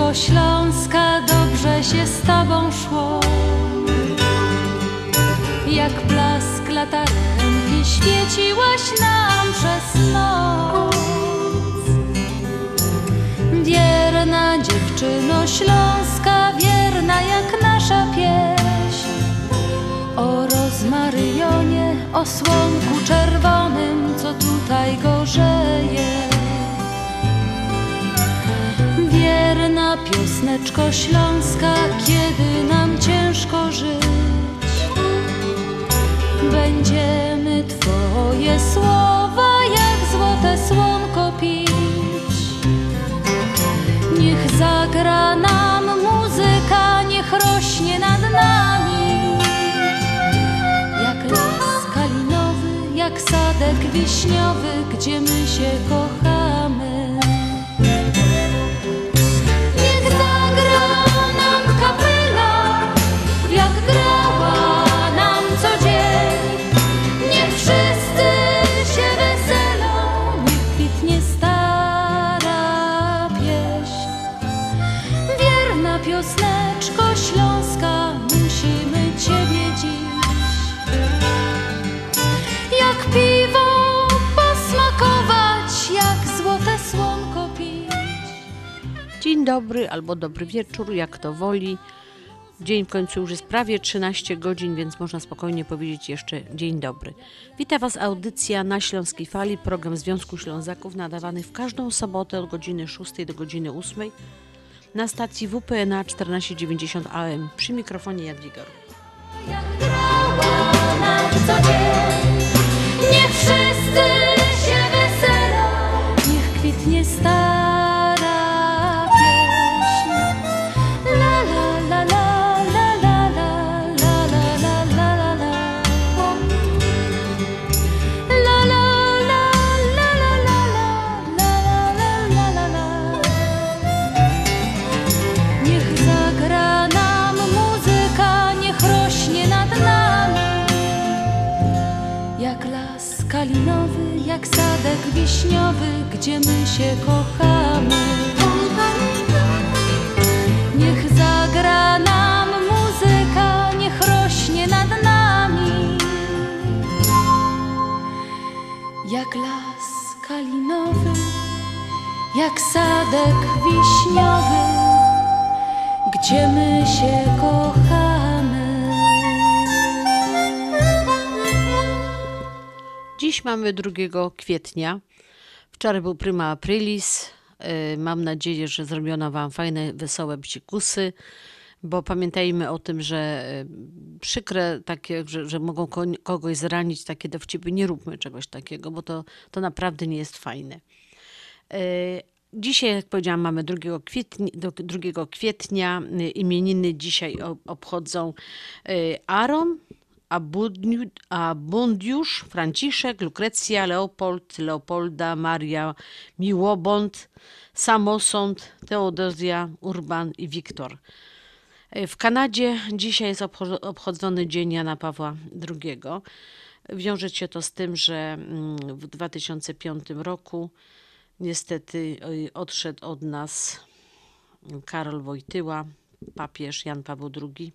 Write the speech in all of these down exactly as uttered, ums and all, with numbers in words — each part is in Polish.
Piosneczko śląska, dobrze się z tobą szło. Jak blask latarenki świeciłaś nam przez noc. Wierna dziewczyno śląska, wierna jak nasza pieśń. O rozmaryjonie, o słonku czerwonym, co tutaj gorzeje. Wierna piosneczko śląska, kiedy nam ciężko żyć, będziemy twoje słowa jak złote słonko pić. Niech zagra nam muzyka, niech rośnie nad nami. Jak las kalinowy, jak sadek wiśniowy, gdzie my się kochamy. Niech zagra nam kapela, jak grała nam co dzień. Niech wszyscy się weselą, niech kwitnie stara pieśń. Wierna piosneczko śląska, musimy ciebie dziś jak piwo posmakować, jak złote słonko pić. Dzień dobry albo dobry wieczór, jak to woli. Dzień w końcu już jest prawie trzynaście godzin, więc można spokojnie powiedzieć jeszcze dzień dobry. Witam Was audycja na Śląskiej Fali, program Związku Ślązaków nadawany w każdą sobotę od godziny szóstej do godziny ósmej na stacji W P N A czternaście dziewięćdziesiąt A M. Przy mikrofonie Jadwiga Ruch. Jak grała nam co dzień, niech wszyscy się weselą, niech kwitnie stara pieśń. La la la la la la la la la la la la la. La la la la la la la la la la la. Niech zagra nam muzyka, niech rośnie nad nami. Jak las kalinowy, jak sadek wiśniowy, gdzie my się kochamy. Niech zagra nam muzyka, niech rośnie nad nami. Jak las kalinowy, jak sadek wiśniowy, gdzie my się kochamy. Dziś mamy drugiego kwietnia. Wczoraj był prima aprilis. Mam nadzieję, że zrobiono Wam fajne, wesołe psikusy, bo pamiętajmy o tym, że przykre takie, że, że mogą kogoś zranić takie dowcipy. Nie róbmy czegoś takiego, bo to, to naprawdę nie jest fajne. Dzisiaj, jak powiedziałam, mamy drugiego kwietnia, drugiego kwietnia. Imieniny dzisiaj obchodzą Aaron, Abundiusz, Franciszek, Lukrecja, Leopold, Leopolda, Maria, Miłobąd, Samosąd, Teodozja, Urban i Wiktor. W Kanadzie dzisiaj jest obchodzony Dzień Jana Pawła drugiego. Wiąże się to z tym, że w dwa tysiące piątym roku niestety odszedł od nas Karol Wojtyła, papież Jan Paweł drugi.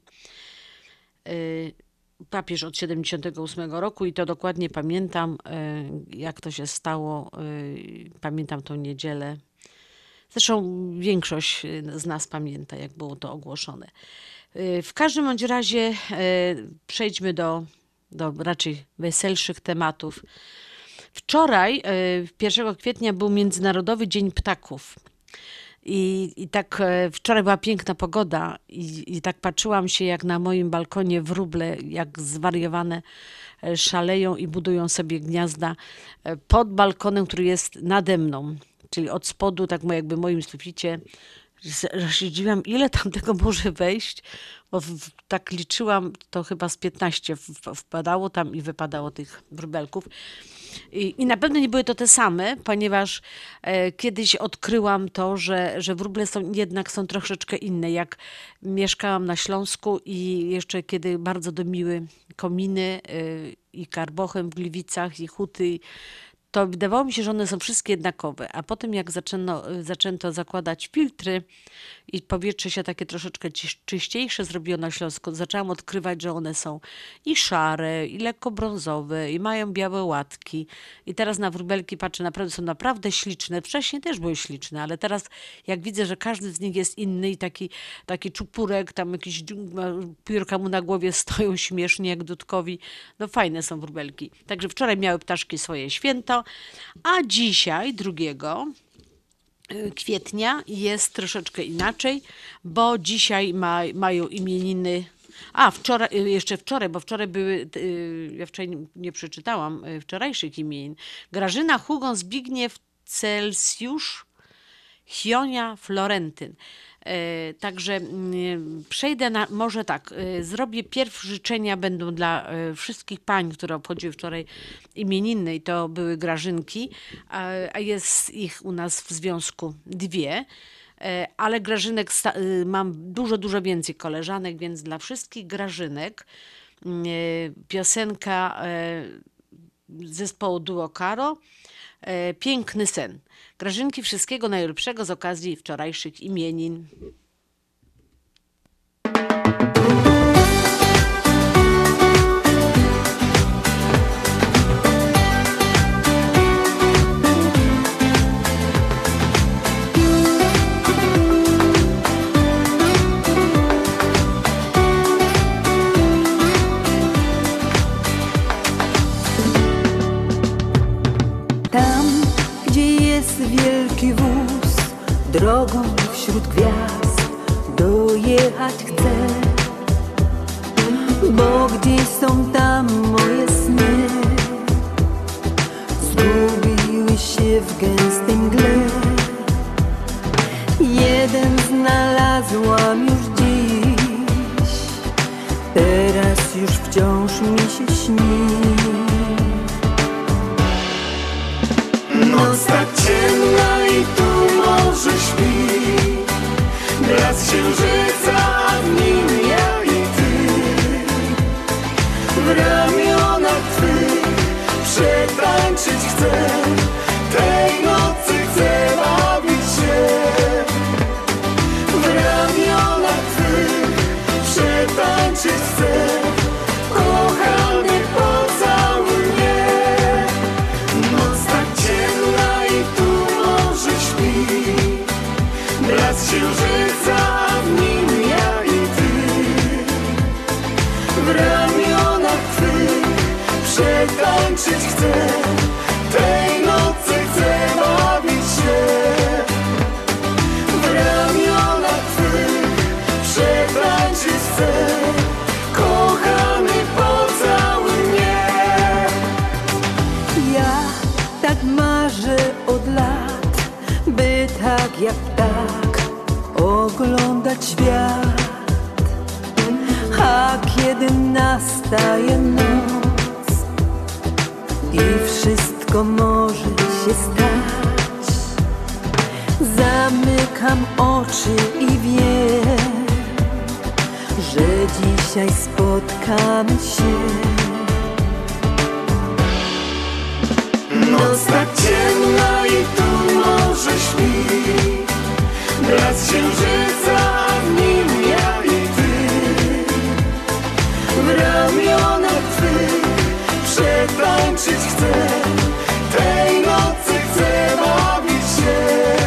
Papież od siedemdziesiątego ósmego roku i to dokładnie pamiętam, jak to się stało. Pamiętam tą niedzielę. Zresztą większość z nas pamięta, jak było to ogłoszone. W każdym bądź razie przejdźmy do, do raczej weselszych tematów. Wczoraj, pierwszego kwietnia, był Międzynarodowy Dzień Ptaków. I, I tak wczoraj była piękna pogoda i, i tak patrzyłam się, jak na moim balkonie wróble, jak zwariowane, szaleją i budują sobie gniazda pod balkonem, który jest nade mną, czyli od spodu, tak jakby w moim suficie. Że się dziwiłam, ile tam tego może wejść, bo w, tak liczyłam, to chyba z piętnaście w, wpadało tam i wypadało tych wróbelków. I, I na pewno nie były to te same, ponieważ e, kiedyś odkryłam to, że, że wróble są jednak są troszeczkę inne. Jak mieszkałam na Śląsku i jeszcze kiedy bardzo domiły kominy e, i karbochem w Gliwicach i huty, to wydawało mi się, że one są wszystkie jednakowe, a potem jak zaczęto, zaczęto zakładać filtry i powietrze się takie troszeczkę ciś- czyściejsze zrobiło na Śląsku, zaczęłam odkrywać, że one są i szare, i lekko brązowe, i mają białe łatki. I teraz na wróbelki patrzę, naprawdę są naprawdę śliczne. Wcześniej też były śliczne, ale teraz jak widzę, że każdy z nich jest inny i taki, taki czupurek, tam jakieś dziu- piórka mu na głowie stoją śmiesznie jak dudkowi. No fajne są wróbelki. Także wczoraj miały ptaszki swoje święto, a dzisiaj, drugiego kwietnia, jest troszeczkę inaczej, bo dzisiaj ma, mają imieniny. A, wczoraj, jeszcze wczoraj, bo wczoraj były, y, ja wczoraj nie, nie przeczytałam y, wczorajszych imienin. Grażyna, Hugon, Zbigniew, Celsjusz, Hionia, Florentyn. E, Także mm, przejdę na, może tak, e, zrobię pierw życzenia będą dla e, wszystkich pań, które obchodziły wczoraj imieniny i to były Grażynki, a, a jest ich u nas w związku dwie. E, Ale Grażynek sta- y, mam dużo, dużo więcej koleżanek, więc dla wszystkich Grażynek mm, e, piosenka e, zespołu Duo Caro, e, Piękny sen. Grażynki, wszystkiego najlepszego z okazji wczorajszych imienin. Tam, gdzie jest wielki wóz, drogą wśród gwiazd dojechać chcę. Bo gdzieś są tam moje sny, zgubiły się w gęstej mgle. Jeden znalazłam już dziś, teraz już wciąż mi się śni. Noc tak ciemna i tu morze śpi, blask księżyca, a w nim ja i ty. W ramionach twych przetańczyć chcę, tej nocy chcę bawić się. W ramionach twych przetańczyć chcę, kochany pocałuj mnie. Noc tak ciemna i tu morze śpi, blask księżyca, a w nim ja i ty. W ramionach twych przetańczyć chcę, tej nocy chcę bawić się. W ramionach twych przetańczyć chcę, kochany pocałuj mnie. Ja tak marzę od lat, by tak jak ptak oglądać świat. A kiedy nastaje noc i wszystko może się stać, zamykam oczy i wiem, że dzisiaj spotkamy się. Noc tak ciemna i tu morze śpi, blask księżyca, a w nim ja i ty. W ramionach twych przetańczyć chcę, tej nocy chcę bawić się.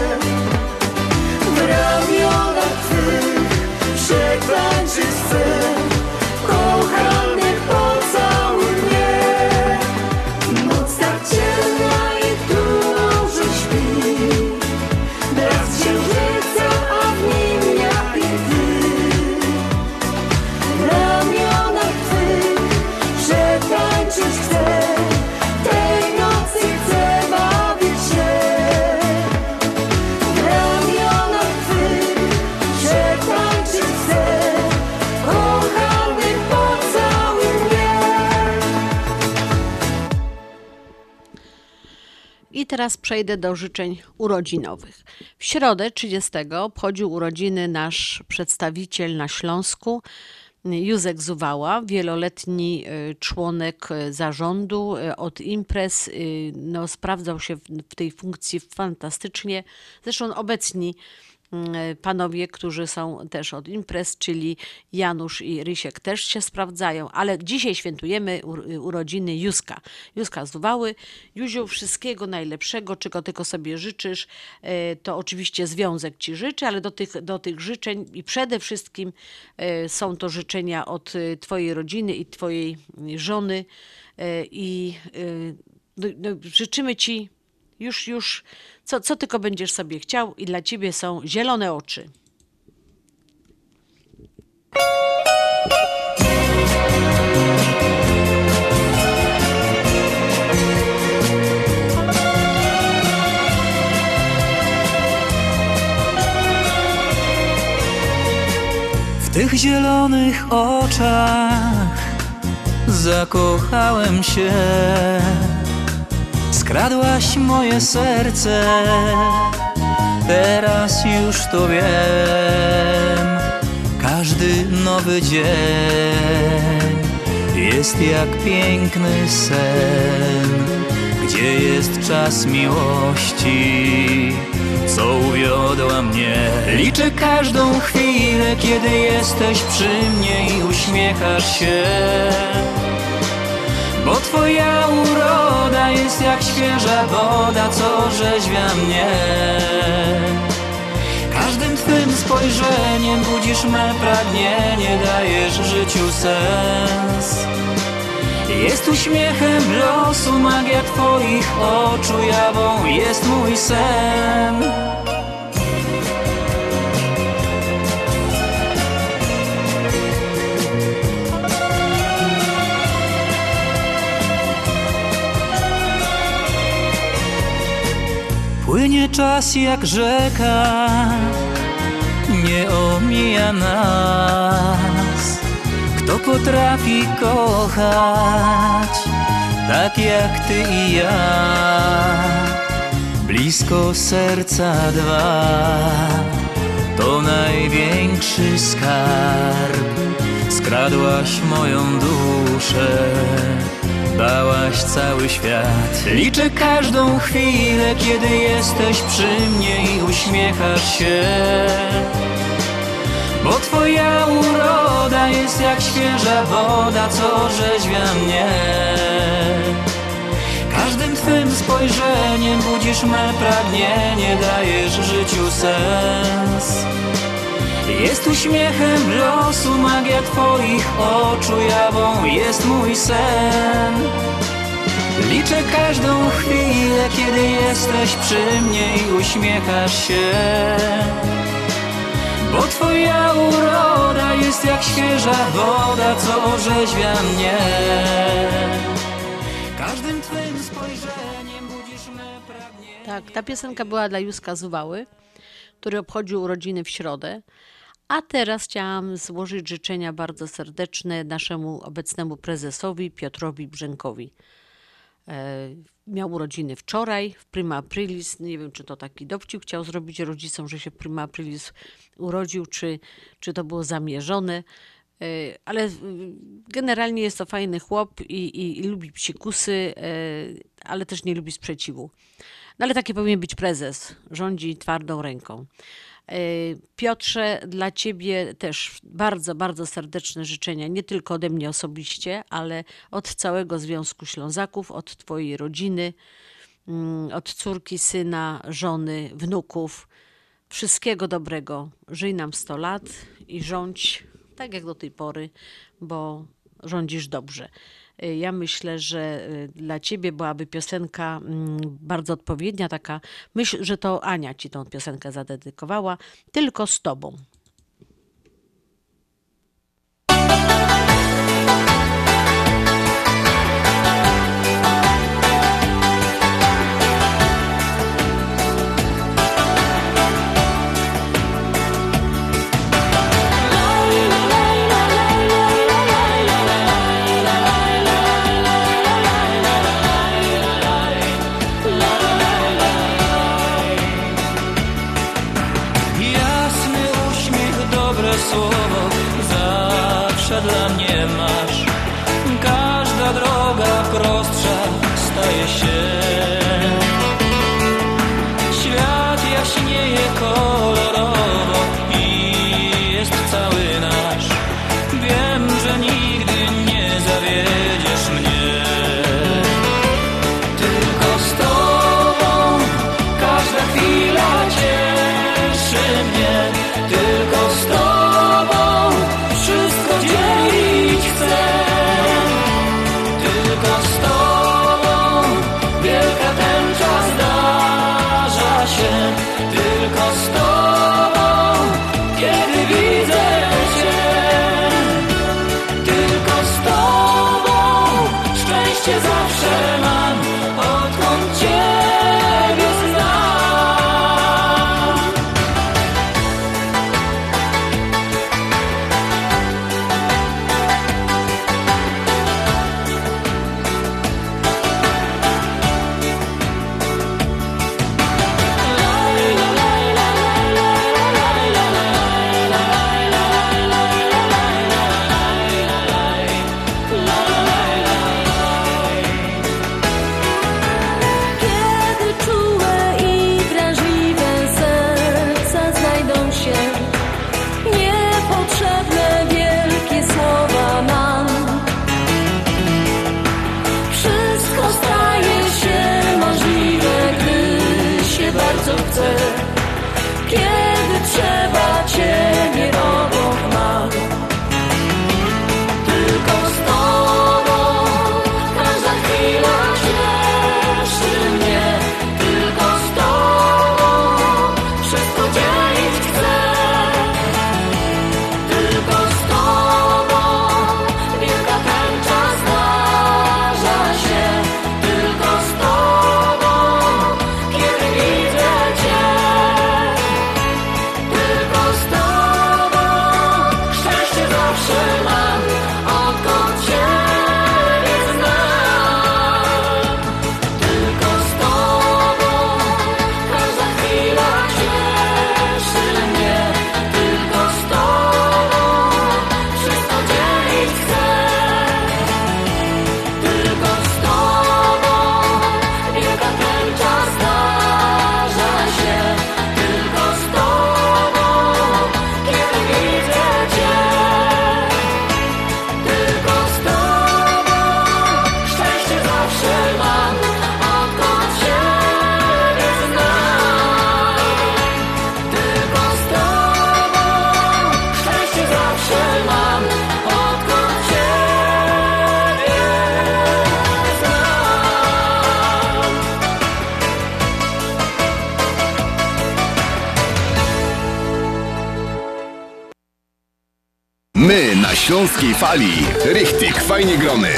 W ramionach twych przetańczyć chcę, kochany pocałuj mnie. Noc tak ciemna i tu morze śpi, blask księżyca, a w nim ja i ty. W ramionach twych przetańczyć chcę, tej nocy chcę bawić się. W ramionach twych przetańczyć chcę, kochany pocałuj mnie. I teraz przejdę do życzeń urodzinowych. W środę trzydziestego obchodził urodziny nasz przedstawiciel na Śląsku, Józek Zuwała, wieloletni y, członek y, zarządu y, od imprez, y, no, sprawdzał się w, w tej funkcji fantastycznie. Zresztą obecni y, panowie, którzy są też od imprez, czyli Janusz i Rysiek, też się sprawdzają, ale dzisiaj świętujemy u, urodziny Józka. Józka Zuwały. Józiu, wszystkiego najlepszego, czego tylko sobie życzysz, y, to oczywiście związek ci życzy, ale do tych, do tych życzeń i przede wszystkim y, są to życzenia od y, twojej rodziny i twojej y, żony y, i y, no, no, życzymy ci już, już co, co tylko będziesz sobie chciał i dla ciebie są zielone oczy. W tych zielonych oczach zakochałem się. Skradłaś moje serce, teraz już to wiem. Każdy nowy dzień jest jak piękny sen, gdzie jest czas miłości, co uwiodła mnie. Liczę każdą chwilę, kiedy jesteś przy mnie i uśmiechasz się, bo twoja uroda jest jak świeża woda, co orzeźwia mnie. Każdym twym spojrzeniem budzisz me pragnienie, dajesz życiu sens. Jest uśmiechem losu magia twoich oczu, jawą jest mój sen. Płynie czas jak rzeka, nie omija nas. Kto potrafi kochać tak jak ty i ja? Blisko serca dwa, to największy skarb. Skradłaś moją duszę, dałaś cały świat. Liczę każdą chwilę, kiedy jesteś przy mnie i uśmiechasz się, bo twoja uroda jest jak świeża woda, co orzeźwia mnie. Każdym twym spojrzeniem budzisz me pragnienie, dajesz życiu sens. Jest uśmiechem losu magia twoich oczu, jawą jest mój sen. Liczę każdą chwilę, kiedy jesteś przy mnie i uśmiechasz się, bo twoja uroda jest jak świeża woda, co orzeźwia mnie. Każdym twym spojrzeniem budzisz me pragnienie. Tak, ta piosenka była dla Józka Zuwały, który obchodził urodziny w środę. A teraz chciałam złożyć życzenia bardzo serdeczne naszemu obecnemu prezesowi Piotrowi Brzękowi. E, miał urodziny wczoraj, w Prima Aprilis. Nie wiem, czy to taki dowcip chciał zrobić rodzicom, że się w Prima Aprilis urodził, czy, czy to było zamierzone. E, ale generalnie jest to fajny chłop i, i, i lubi psikusy, e, ale też nie lubi sprzeciwu. No ale taki powinien być prezes. Rządzi twardą ręką. Piotrze, dla ciebie też bardzo, bardzo serdeczne życzenia, nie tylko ode mnie osobiście, ale od całego Związku Ślązaków, od twojej rodziny, od córki, syna, żony, wnuków. Wszystkiego dobrego. Żyj nam sto lat i rządź tak jak do tej pory, bo rządzisz dobrze. Ja myślę, że dla ciebie byłaby piosenka bardzo odpowiednia, taka myśl, że to Ania ci tą piosenkę zadedykowała, Tylko z tobą. Jasny uśmiech Śląskiej Fali. Richtig fajnie grony.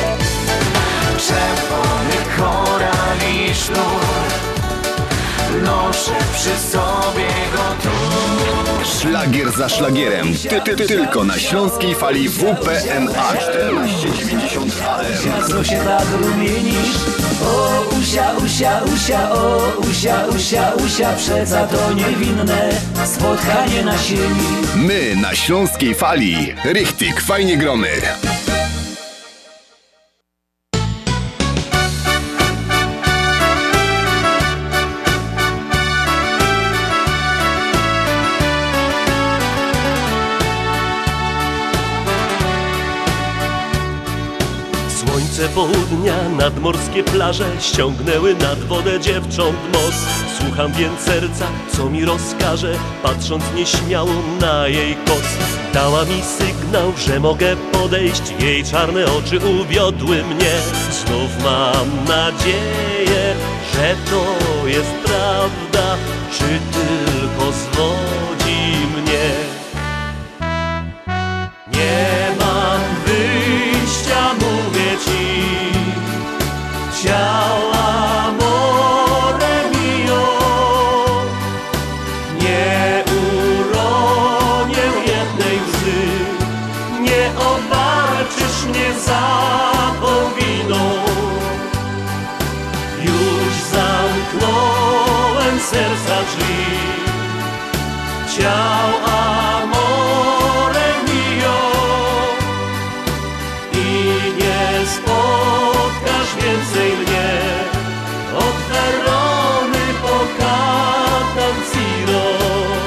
Czerwony koral i sznur, noszę przy sobie go tu. Szlagier za szlagierem. Ty, ty, ty, tylko na Śląskiej Fali W P N A czternaście dziewięćdziesiąt A M. Co się tak rumienisz? O, usia, usia, usia, o, usia, usia, usia, przeca to niewinne spotkanie na sieni. My na Śląskiej Fali. Richtig fajnie grony. Słońce południa, nadmorskie plaże ściągnęły nad wodę dziewcząt most. Słucham więc serca, co mi rozkaże, patrząc nieśmiało na jej koc. Dała mi sygnał, że mogę podejść, jej czarne oczy uwiodły mnie. Znów mam nadzieję, że to jest prawda, czy tylko zwodzi mnie. Nie mam wyjścia, mówię ci, ciao amore mio. Nie uronię jednej łzy, nie obarczysz mnie zapowiną. Już zamknąłem serca drzwi, ciao amore mio. I nie spotkasz więcej mnie od Verony po Catanzaro.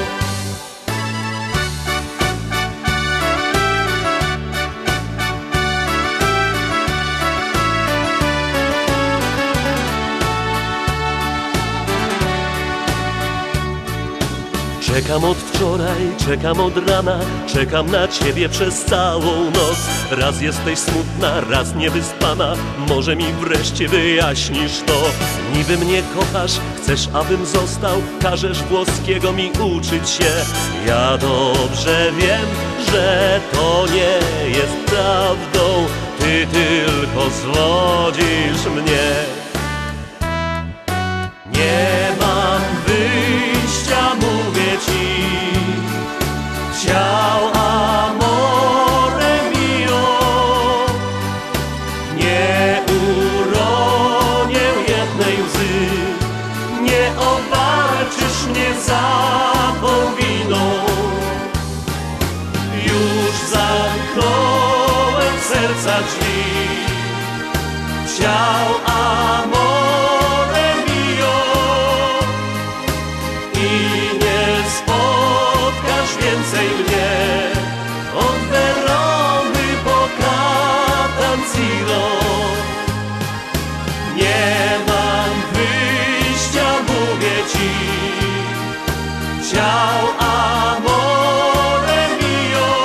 Czekam od wczoraj, czekam od rana, czekam na ciebie przez całą noc. Raz jesteś smutna, raz niewyspana, może mi wreszcie wyjaśnisz to. Niby mnie kochasz, chcesz abym został, każesz włoskiego mi uczyć się. Ja dobrze wiem, że to nie jest prawdą, ty tylko zwodzisz mnie. Nie mam wyjścia, mówię ci, ciao amore mio. Nie uronię jednej łzy, nie obarczysz mnie zapowiną. Już zamknąłem serca drzwi, ciao amore. Więcej mnie od Verony po Catanzaro. Nie mam wyjścia, mówię ci, ciao amore mio.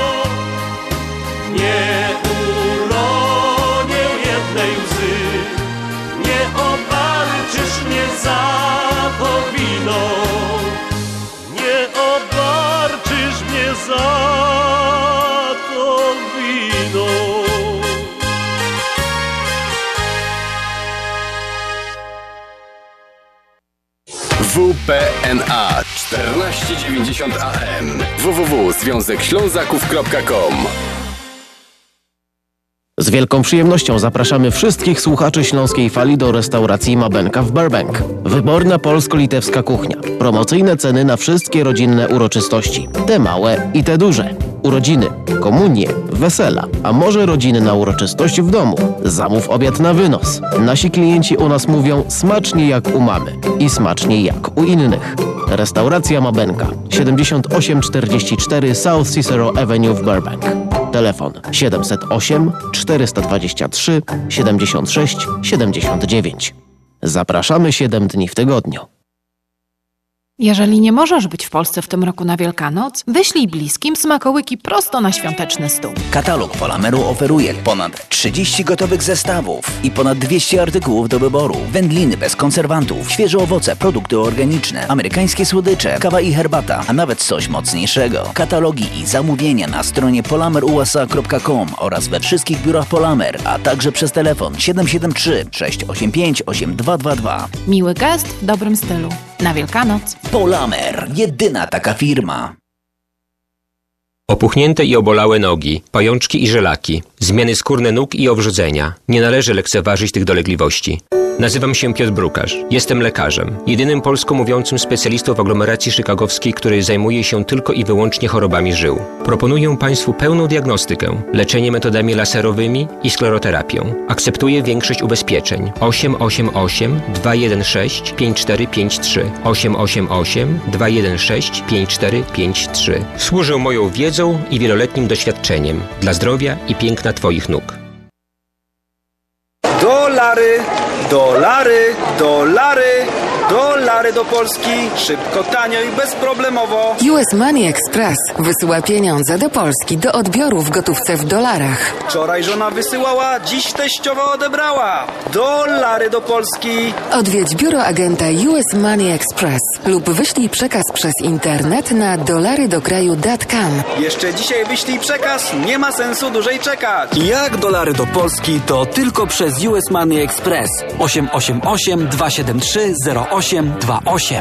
Nie uronię jednej łzy, nie obarczysz mnie zapowiną. Nie obarczysz mnie za to wino. W P N A czternaście dziewięćdziesiąt A M. w w w kropka związek ślązaków kropka com. Z wielką przyjemnością zapraszamy wszystkich słuchaczy Śląskiej Fali do restauracji Mabenka w Burbank. Wyborna polsko-litewska kuchnia. Promocyjne ceny na wszystkie rodzinne uroczystości. Te małe i te duże. Urodziny, komunie, wesela, a może rodziny na uroczystość w domu. Zamów obiad na wynos. Nasi klienci u nas mówią smacznie jak u mamy i smacznie jak u innych. Restauracja Mabenka, siedemdziesiąt osiem czterdzieści cztery South Cicero Avenue w Burbank. Telefon siedemset osiem czterysta dwadzieścia trzy siedemdziesiąt sześć siedemdziesiąt dziewięć. Zapraszamy siedem dni w tygodniu. Jeżeli nie możesz być w Polsce w tym roku na Wielkanoc, wyślij bliskim smakołyki prosto na świąteczny stół. Katalog Polameru oferuje ponad trzydzieści gotowych zestawów i ponad dwieście artykułów do wyboru. Wędliny bez konserwantów, świeże owoce, produkty organiczne, amerykańskie słodycze, kawa i herbata, a nawet coś mocniejszego. Katalogi i zamówienia na stronie polamer u s a kropka com oraz we wszystkich biurach Polamer, a także przez telefon siedem siedem trzy sześć osiem pięć osiem dwa dwa dwa. Miły gest w dobrym stylu. Na Wielkanoc. Polamer, jedyna taka firma. Opuchnięte i obolałe nogi, pajączki i żelaki, zmiany skórne nóg i owrzodzenia. Nie należy lekceważyć tych dolegliwości. Nazywam się Piotr Brukarz. Jestem lekarzem. Jedynym polsko mówiącym specjalistą w aglomeracji chicagowskiej, który zajmuje się tylko i wyłącznie chorobami żył. Proponuję Państwu pełną diagnostykę, leczenie metodami laserowymi i skleroterapią. Akceptuję większość ubezpieczeń. osiem osiem osiem dwa jeden sześć pięć cztery pięć trzy osiem osiem osiem dwa jeden sześć pięć cztery pięć trzy. Służę moją wiedzą i wieloletnim doświadczeniem dla zdrowia i piękna Twoich nóg. Dolary, dolary, dolary, dolary do Polski. Szybko, tanio i bezproblemowo. U S Money Express wysyła pieniądze do Polski do odbioru w gotówce w dolarach. Wczoraj żona wysyłała, dziś teściowa odebrała. Dolary do Polski. Odwiedź biuro agenta U S Money Express lub wyślij przekaz przez internet na dolarydokraju kropka com. Jeszcze dzisiaj wyślij przekaz, nie ma sensu dłużej czekać. Jak dolary do Polski, to tylko przez U S Money Express. osiem osiem osiem dwa siedem trzy zero osiem dwa osiem.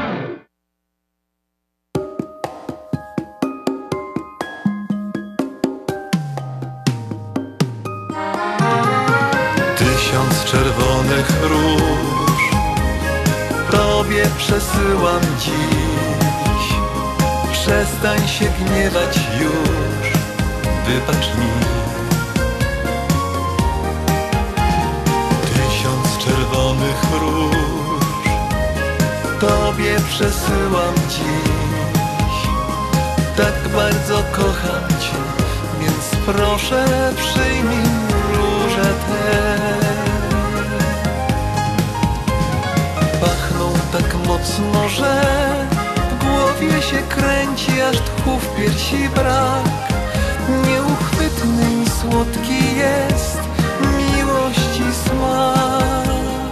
Tysiąc czerwonych róż Tobie przesyłam dziś. Przestań się gniewać już, wybacz mi. Tysiąc czerwonych róż Tobie przesyłam dziś. Tak bardzo kocham Cię, więc proszę przyjmij róże te. Pachną tak mocno, że w głowie się kręci, aż tchu w piersi brak. Nieuchwytny i słodki jest miłości smak.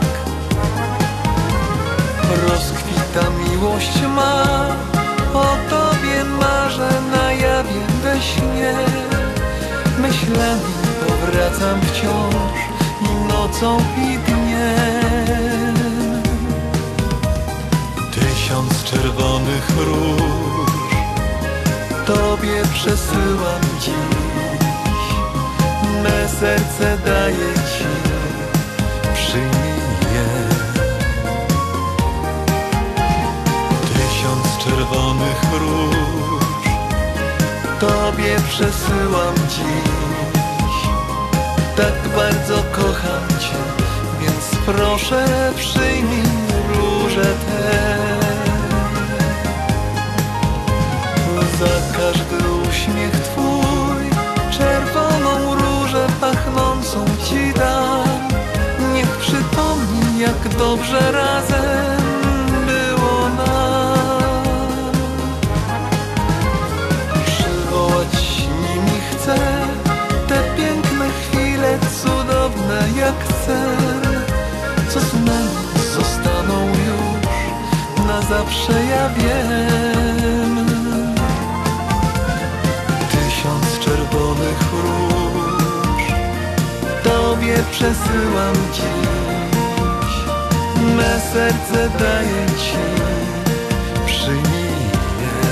Rozkwita miłość ma, o Tobie marzę na jawie we śnie. Myślami powracam wciąż i nocą i dniem. Tysiąc czerwonych róż Tobie przesyłam dziś. Me serce daję Ci, przyjmij je. Tysiąc czerwonych róż Tobie przesyłam dziś. Tak bardzo kocham Cię, więc proszę przyjmij róże te. Za każdy uśmiech Twój czerwoną różę pachnącą Ci dam. Niech przypomni, jak dobrze razem było nam. Przywołać nimi chcę te piękne chwile, cudowne jak sen, co z nami zostaną już na zawsze, ja wiem. Tysiąc czerwonych róż Tobie przesyłam dziś. Me serce daję Ci, przyjmij je.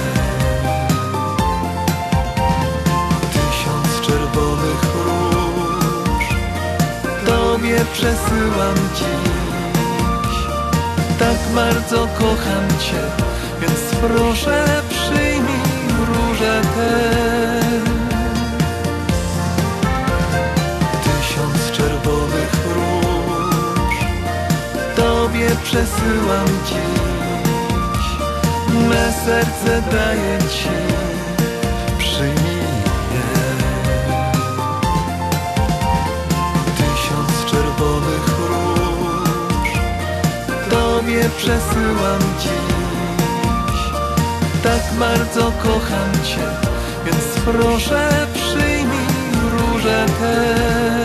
Tysiąc czerwonych róż Tobie przesyłam dziś. Tak bardzo kocham Cię, więc proszę przyjmij róże te. Tysiąc czerwonych róż Tobie przesyłam dziś. Me serce daję Ci, przyjmij je. Tysiąc czerwonych róż Tobie przesyłam dziś. tak bardzo kocham cię, więc proszę przyjmij róże te.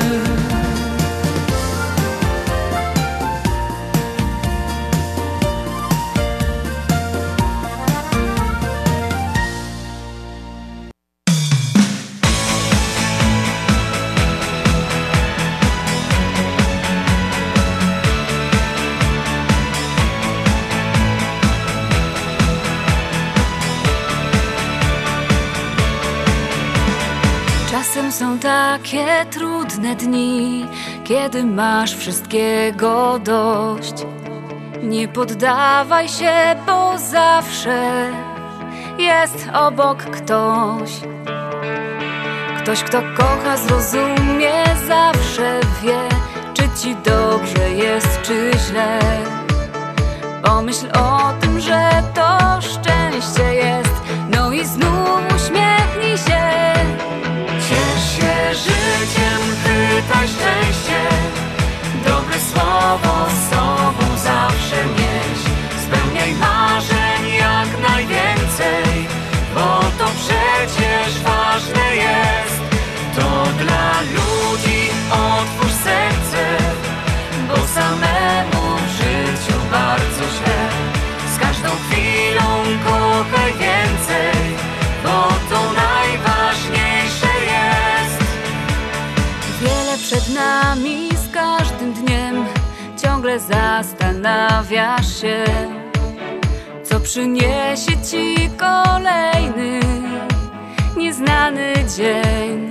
Czasem są takie trudne dni, kiedy masz wszystkiego dość. Nie poddawaj się, bo zawsze jest obok ktoś. Ktoś, kto kocha, zrozumie, zawsze wie, czy ci dobrze jest, czy źle. Pomyśl o tym, że to szczęście jest, no i znów uśmiechnij się. Ciesz się życiem, chwytaj szczęście, dobre słowo z sobą zawsze nieś. Spełniaj marzeń jak najwięcej, bo to przecież ważne jest. To dla ludzi otwórz serce, bo samemu w życiu bardzo źle. Z każdą chwilą kochaj więcej, bo to najważniejsze jest. Wiele przed nami, z każdym dniem ciągle zastanawiasz się, co przyniesie ci kolejny nieznany dzień.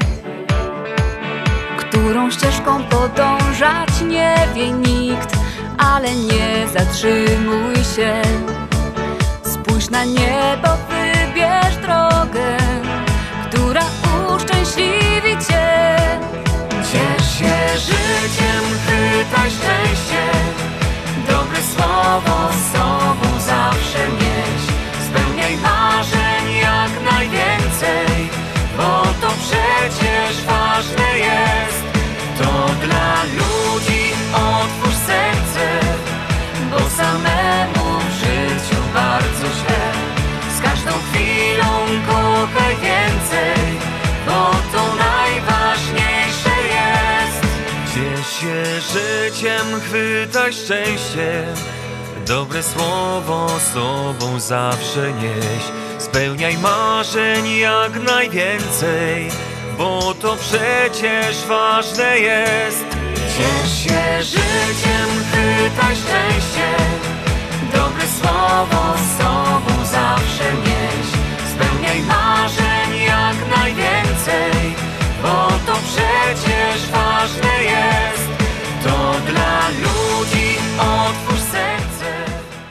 Którą ścieżką podążać nie wie nikt, ale nie zatrzymuj się. Spójrz na niebo, wybierz drogę, która uszczęśliwi cię. Ciesz się życiem, chwytaj szczęście, dobre słowo z sobą zawsze nieś. Spełniaj marzeń jak najwięcej, bo to przecież ważne jest. To dla ludzi otwórz serce, bo samemu w życiu bardzo źle. Z każdą chwilą kochaj więcej, bo to najważniejsze jest. Ciesz się życiem, chwytaj szczęście, dobre słowo z sobą zawsze nieś. Spełniaj marzeń jak najwięcej, bo to przecież ważne jest. Ciesz się życiem, chwytaj szczęście, dobre słowo z sobą zawsze nieś. Spełniaj marzeń jak najwięcej, bo to przecież ważne jest. To dla ludzi otwórz serce.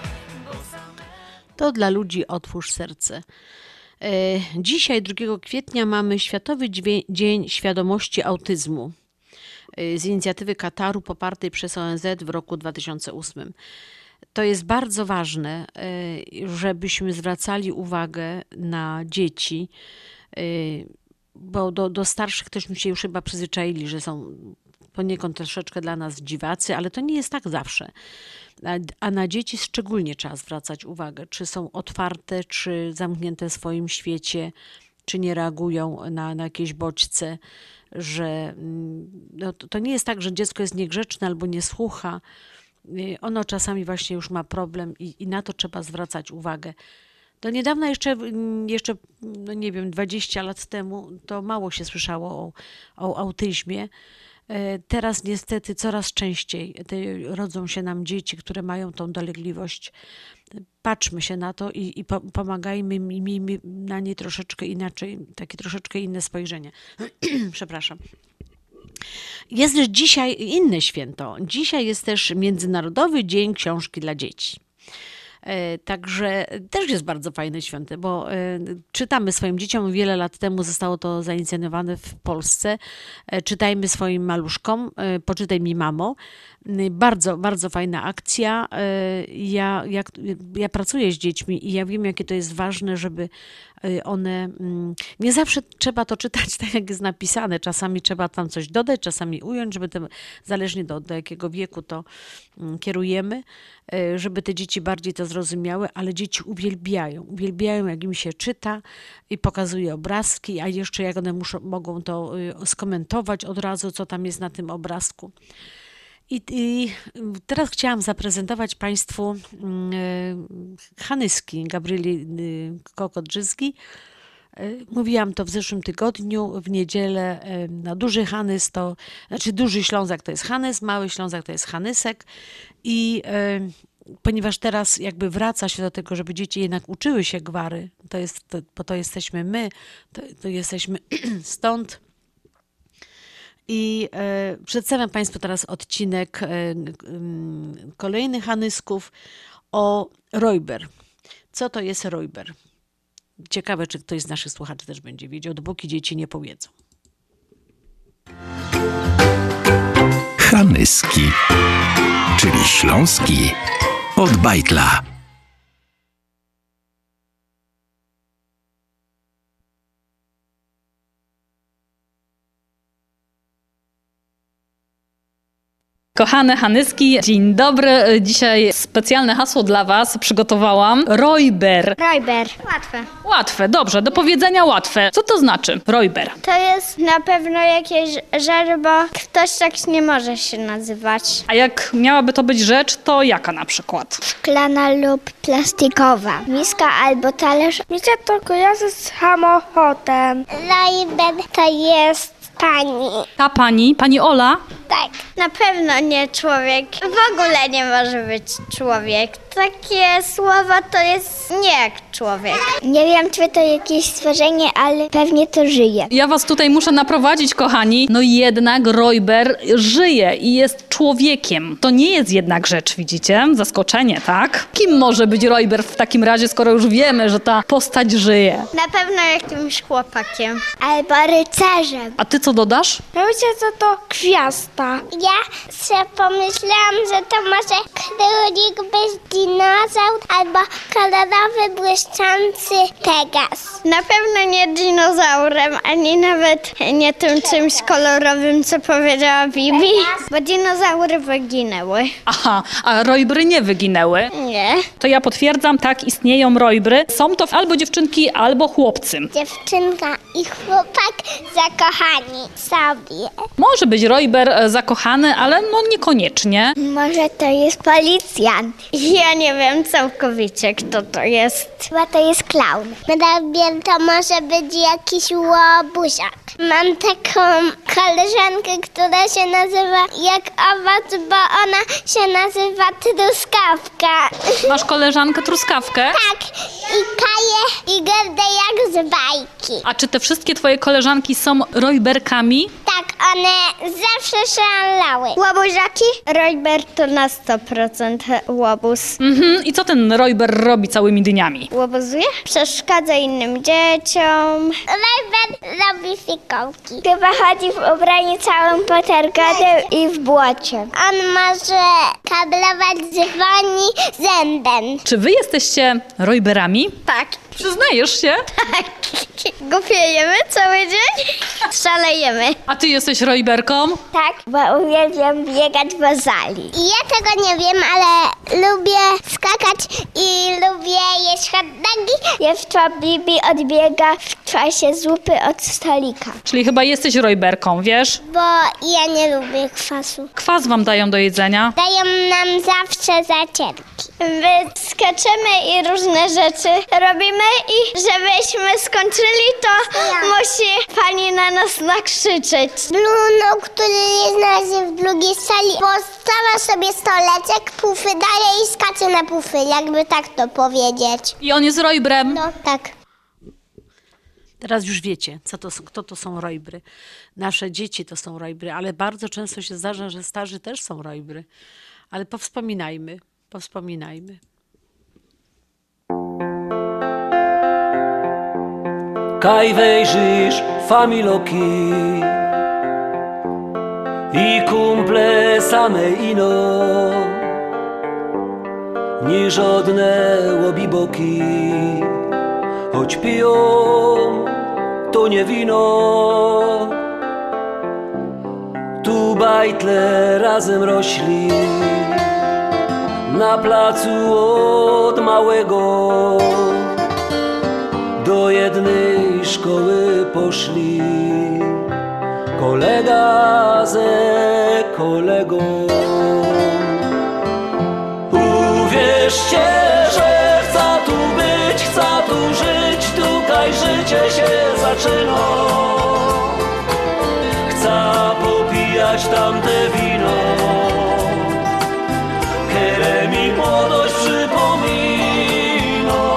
To dla ludzi otwórz serce. Dzisiaj, drugiego kwietnia, mamy Światowy Dzień Świadomości Autyzmu z inicjatywy Kataru popartej przez O N Z w roku dwa tysiące ósmym. To jest bardzo ważne, żebyśmy zwracali uwagę na dzieci, bo do, do starszych też się już chyba przyzwyczaili, że są poniekąd troszeczkę dla nas dziwacy, ale to nie jest tak zawsze. A na dzieci szczególnie trzeba zwracać uwagę, czy są otwarte, czy zamknięte w swoim świecie, czy nie reagują na, na jakieś bodźce, że no, to nie jest tak, że dziecko jest niegrzeczne albo nie słucha. Ono czasami właśnie już ma problem i, i na to trzeba zwracać uwagę. Do niedawna jeszcze, jeszcze no nie wiem, dwadzieścia lat temu to mało się słyszało o, o autyzmie. Teraz niestety coraz częściej rodzą się nam dzieci, które mają tą dolegliwość. Patrzmy się na to i, i pomagajmy, miejmy na nie troszeczkę inaczej, takie troszeczkę inne spojrzenie. Przepraszam. Jest też dzisiaj inne święto. Dzisiaj jest też Międzynarodowy Dzień Książki dla Dzieci. Także też jest bardzo fajne święto, bo czytamy swoim dzieciom. Wiele lat temu zostało to zainicjowane w Polsce. Czytajmy swoim maluszkom, poczytaj mi mamo. Bardzo, bardzo fajna akcja. Ja, jak, ja pracuję z dziećmi i ja wiem, jakie to jest ważne, żeby one... Nie zawsze trzeba to czytać tak, jak jest napisane. Czasami trzeba tam coś dodać, czasami ująć, żeby te, zależnie do, do jakiego wieku to kierujemy, żeby te dzieci bardziej to zrozumiały, ale dzieci uwielbiają. Uwielbiają, jak im się czyta i pokazuje obrazki, a jeszcze jak one muszą, mogą to skomentować od razu, co tam jest na tym obrazku. I, I teraz chciałam zaprezentować Państwu y, Hanyski Gabrieli y, Kokot-Drzyzgi. Y, mówiłam to w zeszłym tygodniu, w niedzielę y, na Duży Hanys, to znaczy Duży Ślązak to jest Hanys, Mały Ślązak to jest Hanysek. I y, ponieważ teraz jakby wraca się do tego, żeby dzieci jednak uczyły się gwary, to jest, to, bo to jesteśmy my, to, to jesteśmy stąd. I e, przedstawiam Państwu teraz odcinek e, e, kolejnych Hanysków o Räuber. Co to jest Räuber? Ciekawe, czy ktoś z naszych słuchaczy też będzie wiedział, dopóki dzieci nie powiedzą. Hanyski, czyli śląski od bajtla. Kochane Hanyski, dzień dobry. Dzisiaj specjalne hasło dla Was przygotowałam. Räuber. Räuber. Łatwe. Łatwe, dobrze, do powiedzenia łatwe. Co to znaczy Räuber? To jest na pewno jakieś rzecz, bo ktoś tak nie może się nazywać. A jak miałaby to być rzecz, to jaka na przykład? Szklana lub plastikowa. Miska albo talerz. Mi się to kojarzy z samochodem. Räuber to jest pani. Ta pani? Pani Ola? Tak. Na pewno nie człowiek. W ogóle nie może być człowiek. Takie słowa to jest nie jak człowiek. Nie wiem, czy to jakieś stworzenie, ale pewnie to żyje. Ja Was tutaj muszę naprowadzić, kochani. No jednak Räuber żyje i jest człowiekiem. To nie jest jednak rzecz, widzicie? Zaskoczenie, tak? Kim może być Räuber w takim razie, skoro już wiemy, że ta postać żyje? Na pewno jakimś chłopakiem. Albo rycerzem. A ty co dodasz? Myślę, że to gwiazda. Ja sobie pomyślałam, że to może królik być dinozaur albo kolorowy, błyszczący Pegas. Na pewno nie dinozaurem, ani nawet nie tym czymś kolorowym, co powiedziała Bibi, bo dinozaury wyginęły. Aha, a Räubery nie wyginęły? Nie. To ja potwierdzam, tak, istnieją Räubery. Są to albo dziewczynki, albo chłopcy. Dziewczynka i chłopak zakochani sobie. Może być Räuber zakochany, ale no niekoniecznie. Może to jest policjant. Ja nie wiem całkowicie, kto to jest. Chyba to jest klaun. Räuber to może być jakiś łobuziak. Mam taką koleżankę, która się nazywa jak owoc, bo ona się nazywa Truskawka. Masz koleżankę Truskawkę? Tak. I Kaję i Gerdę jak z bajki. A czy te wszystkie twoje koleżanki są Räuberkami? Tak, one zawsze szalały. Łobuziaki? Räuber to na sto procent łobuz. Mhm. I co ten Räuber robi całymi dniami? Łobuzuje? Przeszkadza innym dzieciom. Räuber robi fikołki. Chyba chodzi w ubraniu całym potargatem i w błocie. On może kablować dzwoni zębem. Czy wy jesteście Räuberami? Tak. Przyznajesz się? Tak. Gupiejemy cały dzień? Szalejemy. A ty jesteś Räuberką? Tak, bo uwielbiam biegać po sali. Ja tego nie wiem, ale lubię skakać i lubię jeść hot dogi. Jeszcze Bibi odbiega w czasie zupy od stolika. Czyli chyba jesteś Räuberką, wiesz? Bo ja nie lubię kwasu. Kwas wam dają do jedzenia? Dają nam zawsze zacierki. My skaczemy i różne rzeczy robimy i żebyśmy skończyli, to musi pani na nas nakrzyczeć. Bruno, który nie znalazł się w drugiej sali, postawia sobie stoleczek, pufy daje i skacze na pufy, jakby tak to powiedzieć. I on jest Räuberem? No, tak. Teraz już wiecie, co to, kto to są Räubery. Nasze dzieci to są Räubery, ale bardzo często się zdarza, że starzy też są Räubery. Ale powspominajmy, powspominajmy. Kaj wejrzysz, familoki, i kumple same ino, ni żadne łobiboki, choć piją to nie wino. Tu bajtle razem rośli, na placu od małego, do jednej szkoły poszli, kolega ze kolegą. Uwierzcie, że chcę tu być, chcę tu żyć, tutaj życie się zaczyna. Chcę popijać tamte wino, które mi młodość przypomina.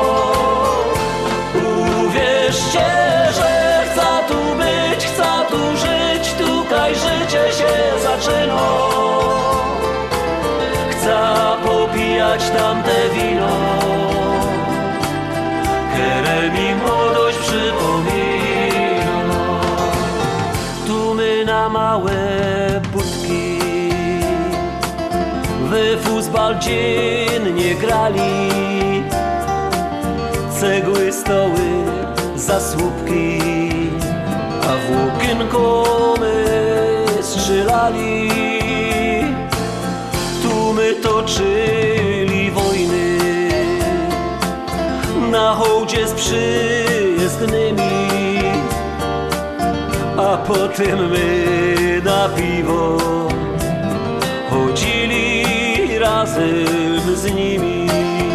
Uwierzcie, że chcę tu być, chcę tu żyć, tutaj życie się zaczyna. Chcę popijać tamte wino, które mi młodość przypomina. Tu my na małe budki w futbal dziennie grali, cegły, stoły, zasłupki, a włókienko my strzelali. Tu my toczyli wojny na hołdzie z przyjezdnymi, a potem my na piwo chodzili razem z nimi.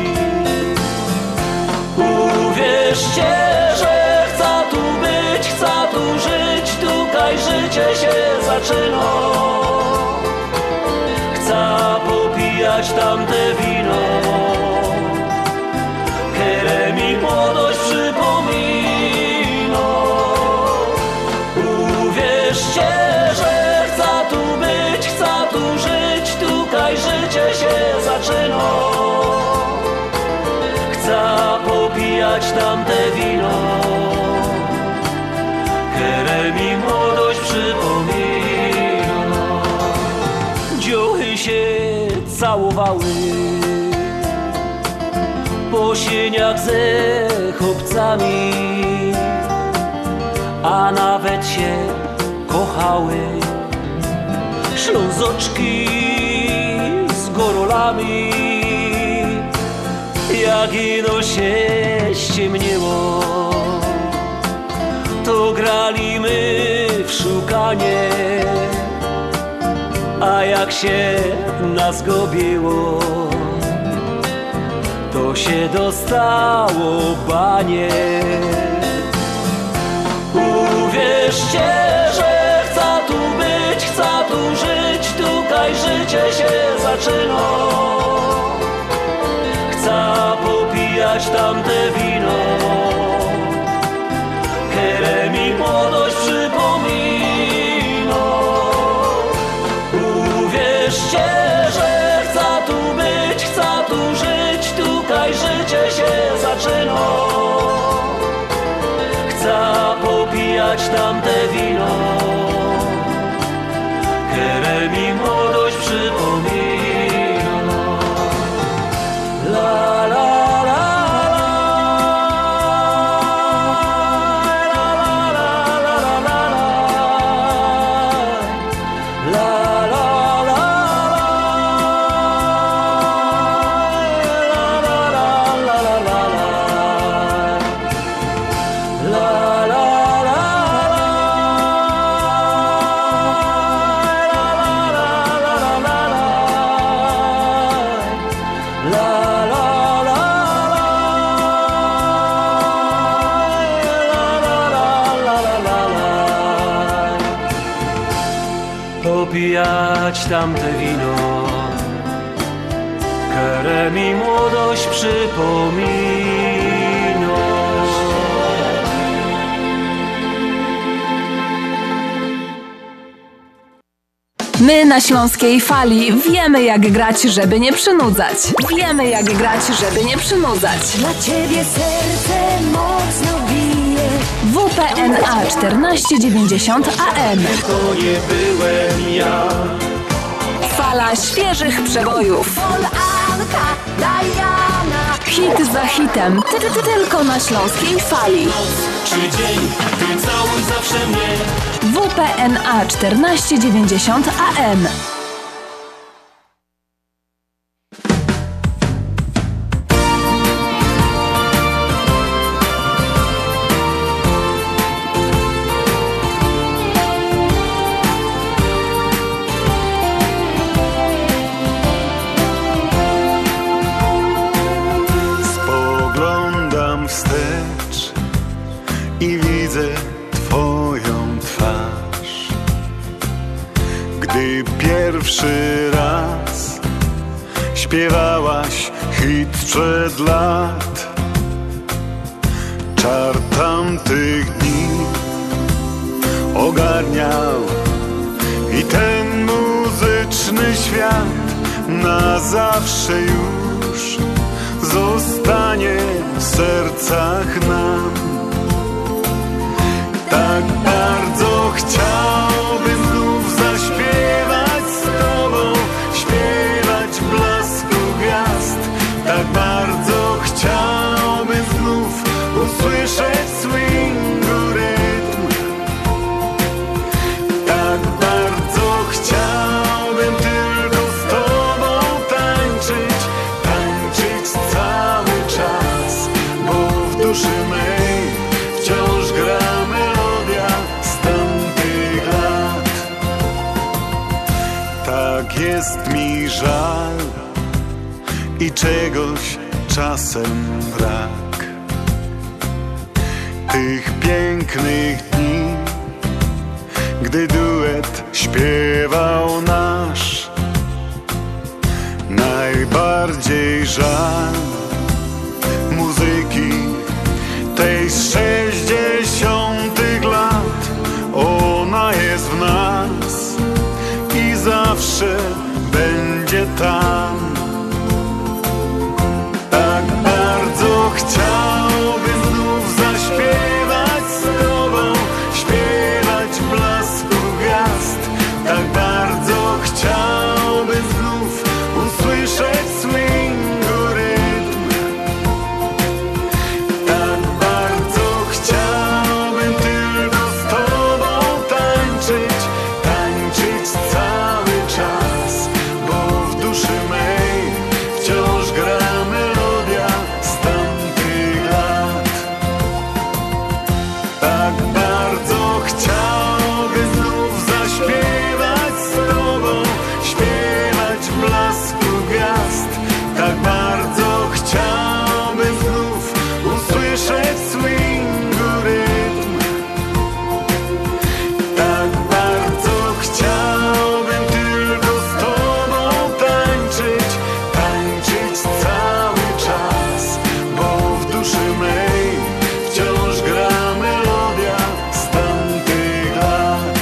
Uwierzcie, że chcę tu być, chcę tu żyć, tutaj życie się zaczyna. Chcę popijać tamte wino, które mi młodość przypomina. Uwierzcie, że chcę tu być, chcę tu żyć, tutaj życie się zaczyna. Chcę popijać tamte wino, które mi młodość przypomina. Dziuchy się całowały po sieniach ze chłopcami, a nawet się kochały ślązoczki z gorolami. Jak ino się ściemniło, to grali my w szukanie, a jak się nas gobiło, to się dostało banie. Uwierzcie, że chcę tu być, chcę tu żyć, tutaj życie się zaczyna. Chcę popijać tamte wino, które mi młodość przypomina. Uwierzcie, że chcę tu być, chcę tu żyć, tutaj życie się zaczyna. Chcę popijać tamte wino, które mi młodość przypomina. La, la. Popijać tamte wino, które mi młodość przypomina. My na Śląskiej Fali wiemy, jak grać, żeby nie przynudzać. Wiemy, jak grać, żeby nie przynudzać. Dla ciebie serce mocno bije, W P N A czternaście dziewięćdziesiąt A M. To nie byłem ja. Fala świeżych przebojów. Anka, Diana. Hit za hitem. Ty, ty, ty, tylko na Śląskiej Fali. Czy dzień, ty całuj zawsze mnie. W P N A czternaście dziewięćdziesiąt A M. Spoglądam wstecz i widzę Twoją twarz. Gdy pierwszy raz śpiewałaś hit sprzed lat, czar tamtych dni ogarniał i ten muzyczny świat na zawsze już zostanie w sercach nam. Tak bardzo chciałbym znów zaśpiewać z Tobą, śpiewać w blasku gwiazd. Tak bardzo chciałbym znów usłyszeć swingu rytm. Tak bardzo chciałbym tylko z Tobą tańczyć, tańczyć cały czas, bo w duszy mej wciąż gra melodia z tamtych lat. Tak jest mi żal i czegoś czasem brak, tych pięknych dni, gdy duet śpiewał nasz. Najbardziej żal muzyki tej z sześćdziesiątych lat. Ona jest w nas i zawsze będzie tam. Tak bardzo chciałbym znów zaśpiewać z Tobą, śpiewać w blasku gwiazd. Tak bardzo chciałbym znów usłyszeć swingu rytm. Tak bardzo chciałbym tylko z Tobą tańczyć, tańczyć cały czas, bo w duszy mej wciąż gra melodia z tamtych lat. Tak bardzo chciałbym znów zaśpiewać z Tobą, śpiewać w blasku gwiazd. Tak bardzo chciałbym znów usłyszeć swingu rytm. Tak bardzo chciałbym tylko z Tobą tańczyć, tańczyć cały czas, bo w duszy mej wciąż gra melodia z tamtych lat.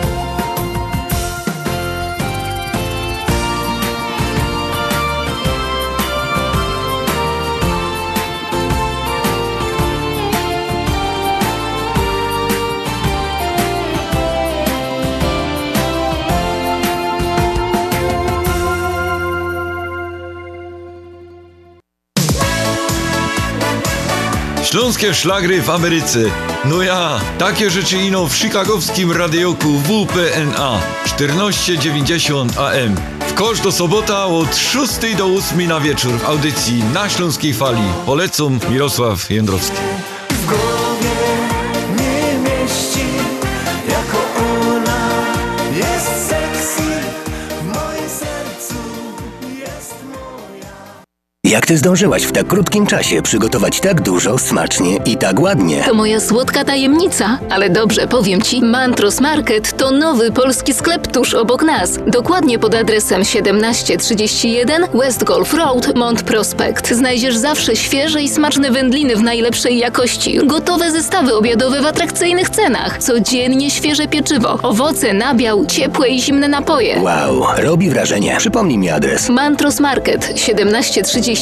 Śląskie szlagry w Ameryce. No ja, takie rzeczy ino w chicagowskim radioku W P N A czternaście dziewięćdziesiąt A M. W każdą sobota od szóstej do ósmej na wieczór w audycji na Śląskiej Fali. Polecam Mirosław Jędrowski. W głowie nie mieści, jako ona jest sexy, w moim sercu jest moja. Jak ty zdążyłaś w tak krótkim czasie przygotować tak dużo, smacznie i tak ładnie? To moja słodka tajemnica, ale dobrze, powiem ci, Mantros Market to nowy polski sklep tuż obok nas. Dokładnie pod adresem siedemnaście trzydzieści jeden West Golf Road, Mont Prospect. Znajdziesz zawsze świeże i smaczne wędliny w najlepszej jakości, gotowe zestawy obiadowe w atrakcyjnych cenach, codziennie świeże pieczywo, owoce, nabiał, ciepłe i zimne napoje. Wow, robi wrażenie. Przypomnij mi adres. Mantros Market, siedemnaście trzydzieści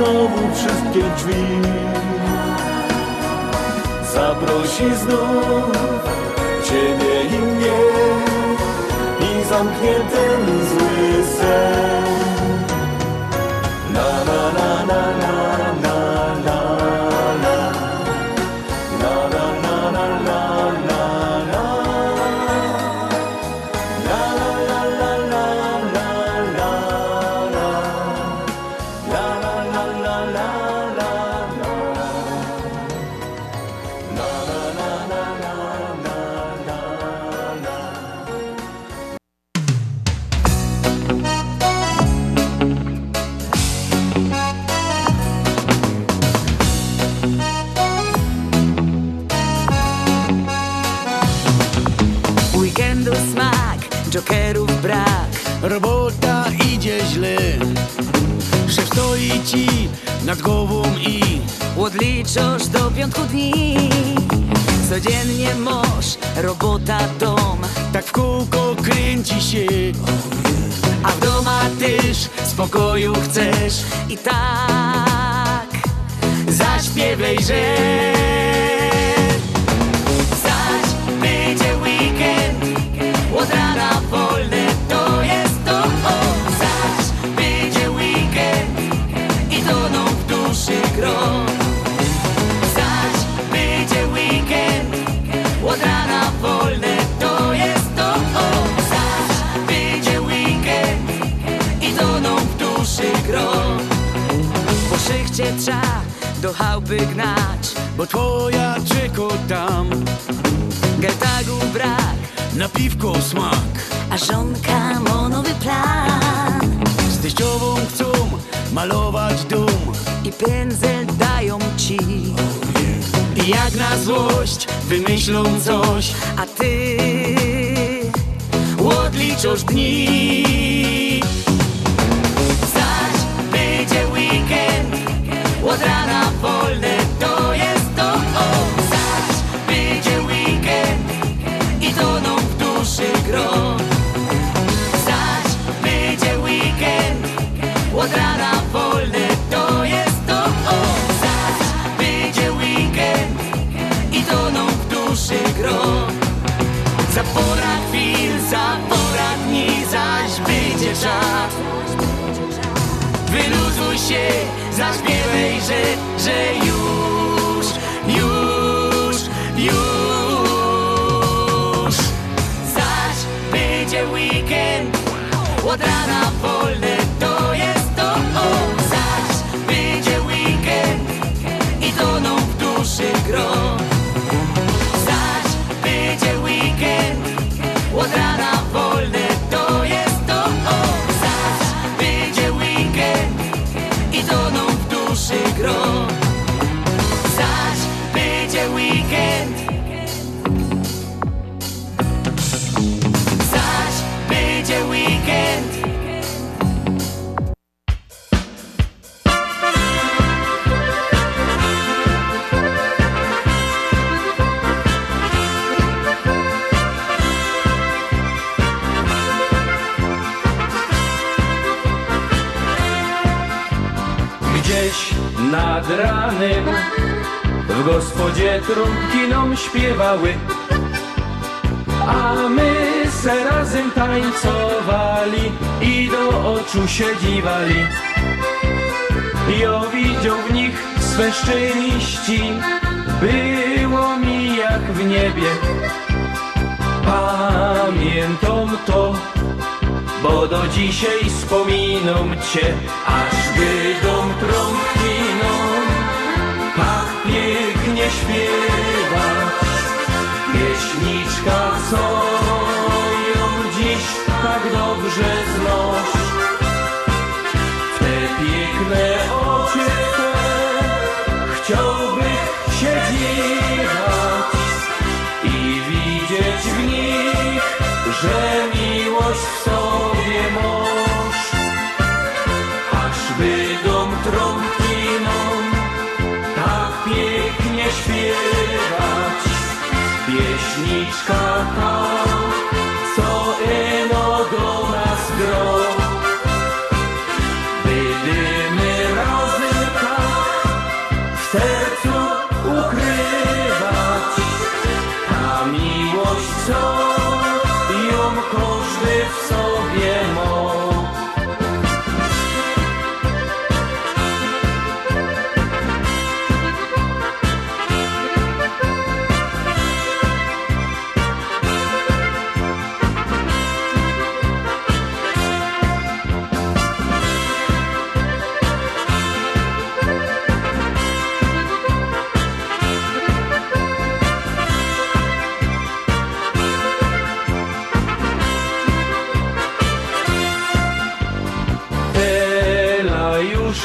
znowu wszystkie drzwi. Zaprosi znów ciebie i mnie i zamknie ten zły sen. Na na na na na na na na na na na na na na. Weekendu smak, jokerów brak, robota idzie źle. Szef stoi ci nad głową i odliczasz do piątku dni. Codziennie mąż, robota, dom, tak w kółko kręci się. a w doma też spokoju chcesz. I tak zaśpiewaj, że zaś będzie weekend, od rana wolne to jest to. O, zaś będzie weekend i toną w duszy gro. Zaś będzie weekend, od rana wolne to jest to. O, zaś będzie weekend i toną w duszy gro. Po szychcie trzeba do chałupy gnać, bo twoja czeko tam. Gertagu brak, na piwko smak, a żonka ma nowy plan. z teściową chcą malować dom i pędzel dają ci. I jak na złość wymyślą coś, a ty odliczasz dni. Zaś będzie weekend, od rana wolne to jest to. O, zaś będzie weekend i toną w duszy gro. Zaś będzie weekend, od rana wolne to jest to. O, zaś będzie weekend i toną w duszy gro. Za pora chwil, za pora dni, zaś będzie czas. Wyluzuj się, zaśpiewaj, że, że już, już, już. Zaś będzie weekend, od rana wolne to jest to. O, zaś będzie weekend i toną w duszy gro. Zaś będzie weekend, od rana wolne to jest to. O, zaś będzie weekend i toną w duszy gro. Zaś będzie weekend, zaś będzie weekend. Gdzieś nad ranem w gospodzie trąbki nam śpiewały, a my se razem tańcowali i do oczu się dziwali. Ja widział w nich swe szczęści, było mi jak w niebie. Pamiętam to, bo do dzisiaj wspominam cię, aż wydą trąbki nam tak pięknie śpiewać. Pieśniczka, co ją dziś tak dobrze znasz, w te piękne oczy twe chciałbym się dziwać i widzieć w nich, że miłość w sobie masz. Aż wydą trąbki nam tak pięknie śpiewać. Pieśniczka ta, co eno do nas gro. Będziemy razem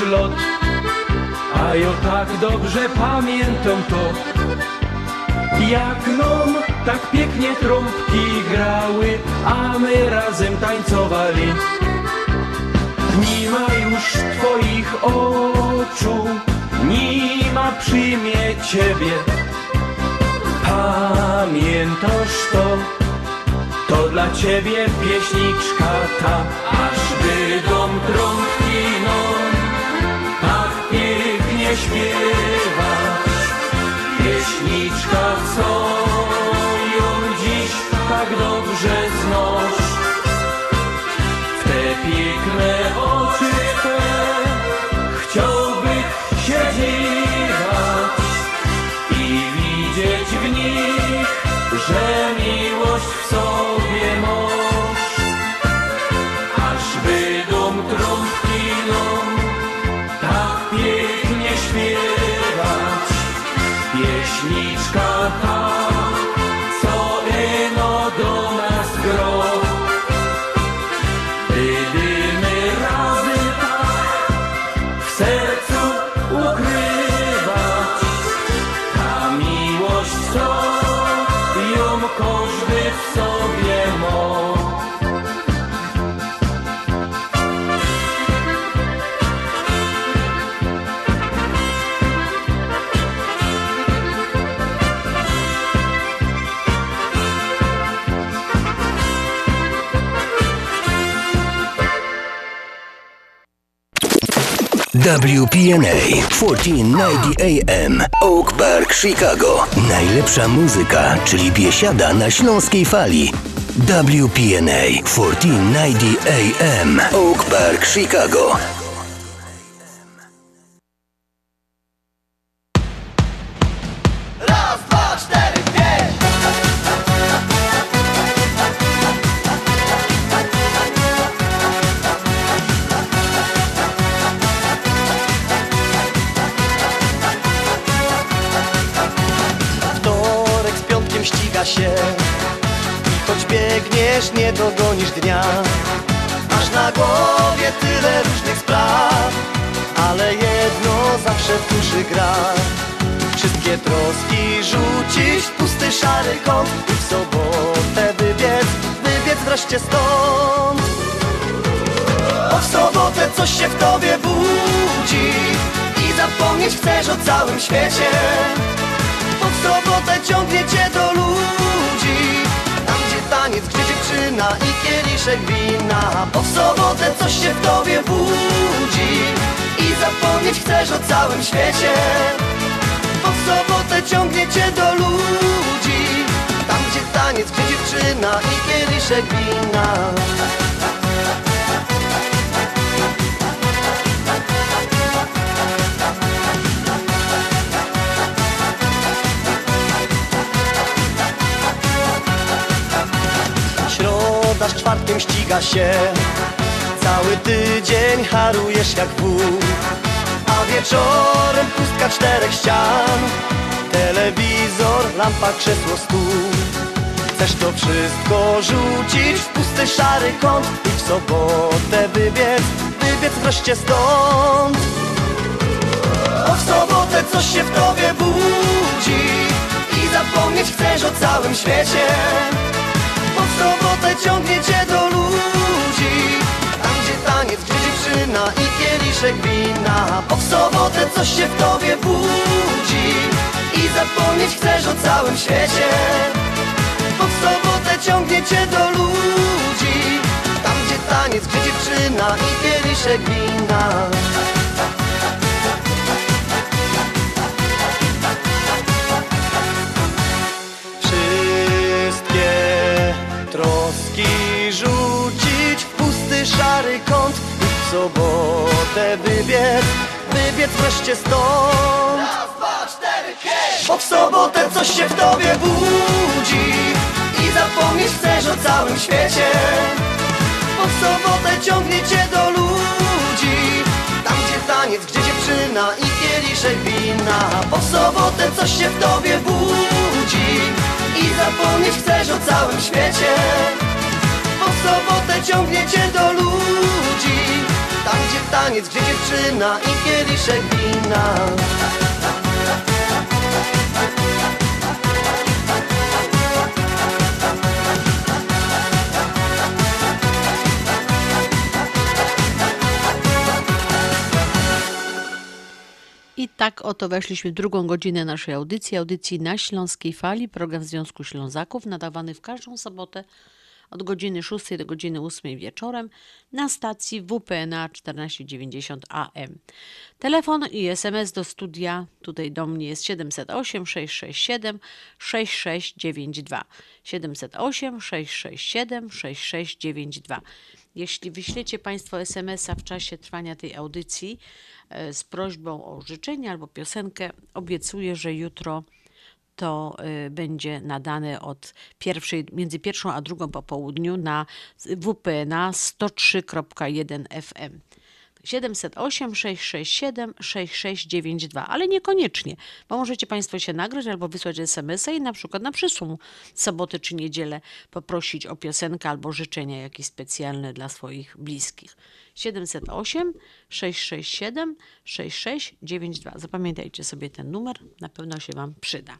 lot. A ja tak dobrze pamiętam to, jak nam tak pięknie trąbki grały, a my razem tańcowali. Nie ma już twoich oczu, nie ma przy mnie ciebie. Pamiętasz to? To dla ciebie pieśniczka ta, aż wydą trąbki nam tak pięknie śpiewać. Pieśniczka, co ją dziś tak dobrze znasz. W te piękne oczy twe chciałbym się dziwać i widzieć w nich, że miłość w sobie masz. Aż wydą trąbki nam tak pięknie śpiewać. Pieśniczka ta, co eno do nas gro. Będziemy razem tak w sercu ukrywać. Ta miłość, co ją każdy w sobie ma. W P N A czternaście dziewięćdziesiąt A M Oak Park, Chicago. Najlepsza muzyka, czyli biesiada na śląskiej fali. W P N A czternaście dziewięćdziesiąt A M Oak Park, Chicago. Raz, dwa, cztery, pięć. Wtorek z piątkiem ściga się i choć biegniesz, nie dogonisz dnia. Masz na głowie tyle różnych spraw, ale jedno zawsze w duszy gra. Wszystkie troski rzucić w pusty szary kąt i w sobotę wybiec, wybiec wreszcie stąd. Bo w sobotę coś się w tobie budzi i zapomnieć chcesz o całym świecie. Bo w sobotę ciągnie cię do ludzi, tam gdzie taniec, gdzie dziewczyna i kieliszek wina. Bo w sobotę coś się w tobie budzi i zapomnieć chcesz o całym świecie. Bo w sobotę ciągnie cię do ludzi, tam gdzie taniec, gdzie dziewczyna i kieliszek wina. Środa z czwartkiem ściga się, cały tydzień harujesz jak wół. A wieczorem pustka czterech ścian, telewizor, lampa, krzesło, stół. Chcesz to wszystko rzucić w pusty szary kąt i w sobotę wybiec, wybiec wreszcie stąd. Bo w sobotę coś się w tobie budzi i zapomnieć chcesz o całym świecie. Bo w sobotę ciągnie cię do ludzi, tam gdzie taniec, gdzie dziewczyna i kieliszek wina. Bo w sobotę coś się w tobie budzi i zapomnieć chcesz o całym świecie. Bo w sobotę ciągnie cię do ludzi, tam gdzie taniec, gdzie dziewczyna i kieliszek wina. Wszystkie troski rzucić w pusty szary kąt i w sobotę wybiec, wybiec wreszcie stąd. Raz, dwa, cztery, pięć. Bo w sobotę coś się w tobie budzi i zapomnieć chcesz o całym świecie. Bo w sobotę ciągnie cię do ludzi, tam gdzie taniec, gdzie dziewczyna i kieliszek wina. Bo w sobotę coś się w tobie budzi i zapomnieć chcesz o całym świecie. Bo w sobotę ciągnie cię do ludzi, Tam gdzie taniec, gdzie dziewczyna i kieliszek wina. I tak oto weszliśmy w drugą godzinę naszej audycji, audycji na Śląskiej Fali, program Związku Ślązaków, nadawany w każdą sobotę od godziny szóstej do godziny ósmej wieczorem na stacji W P N A czternaście dziewięćdziesiąt A M. Telefon i S M S do studia, tutaj do mnie jest siedem zero osiem, sześć sześć siedem, sześć sześć dziewięć dwa. siedem zero osiem, sześć sześć siedem, sześć sześć dziewięć dwa. Jeśli wyślecie Państwo S M S a w czasie trwania tej audycji e, z prośbą o życzenie albo piosenkę, obiecuję, że jutro to y, będzie nadane od pierwszej, między pierwszą a drugą po południu na W P N A sto trzy kropka jeden F M. siedem zero osiem, sześć sześć siedem, sześć sześć dziewięć dwa, ale niekoniecznie, bo możecie Państwo się nagrać albo wysłać S M S a i na przykład na przyszłą sobotę czy niedzielę poprosić o piosenkę albo życzenia jakieś specjalne dla swoich bliskich. siedem zero osiem, sześć sześć siedem, sześć sześć dziewięć dwa. Zapamiętajcie sobie ten numer, na pewno się Wam przyda.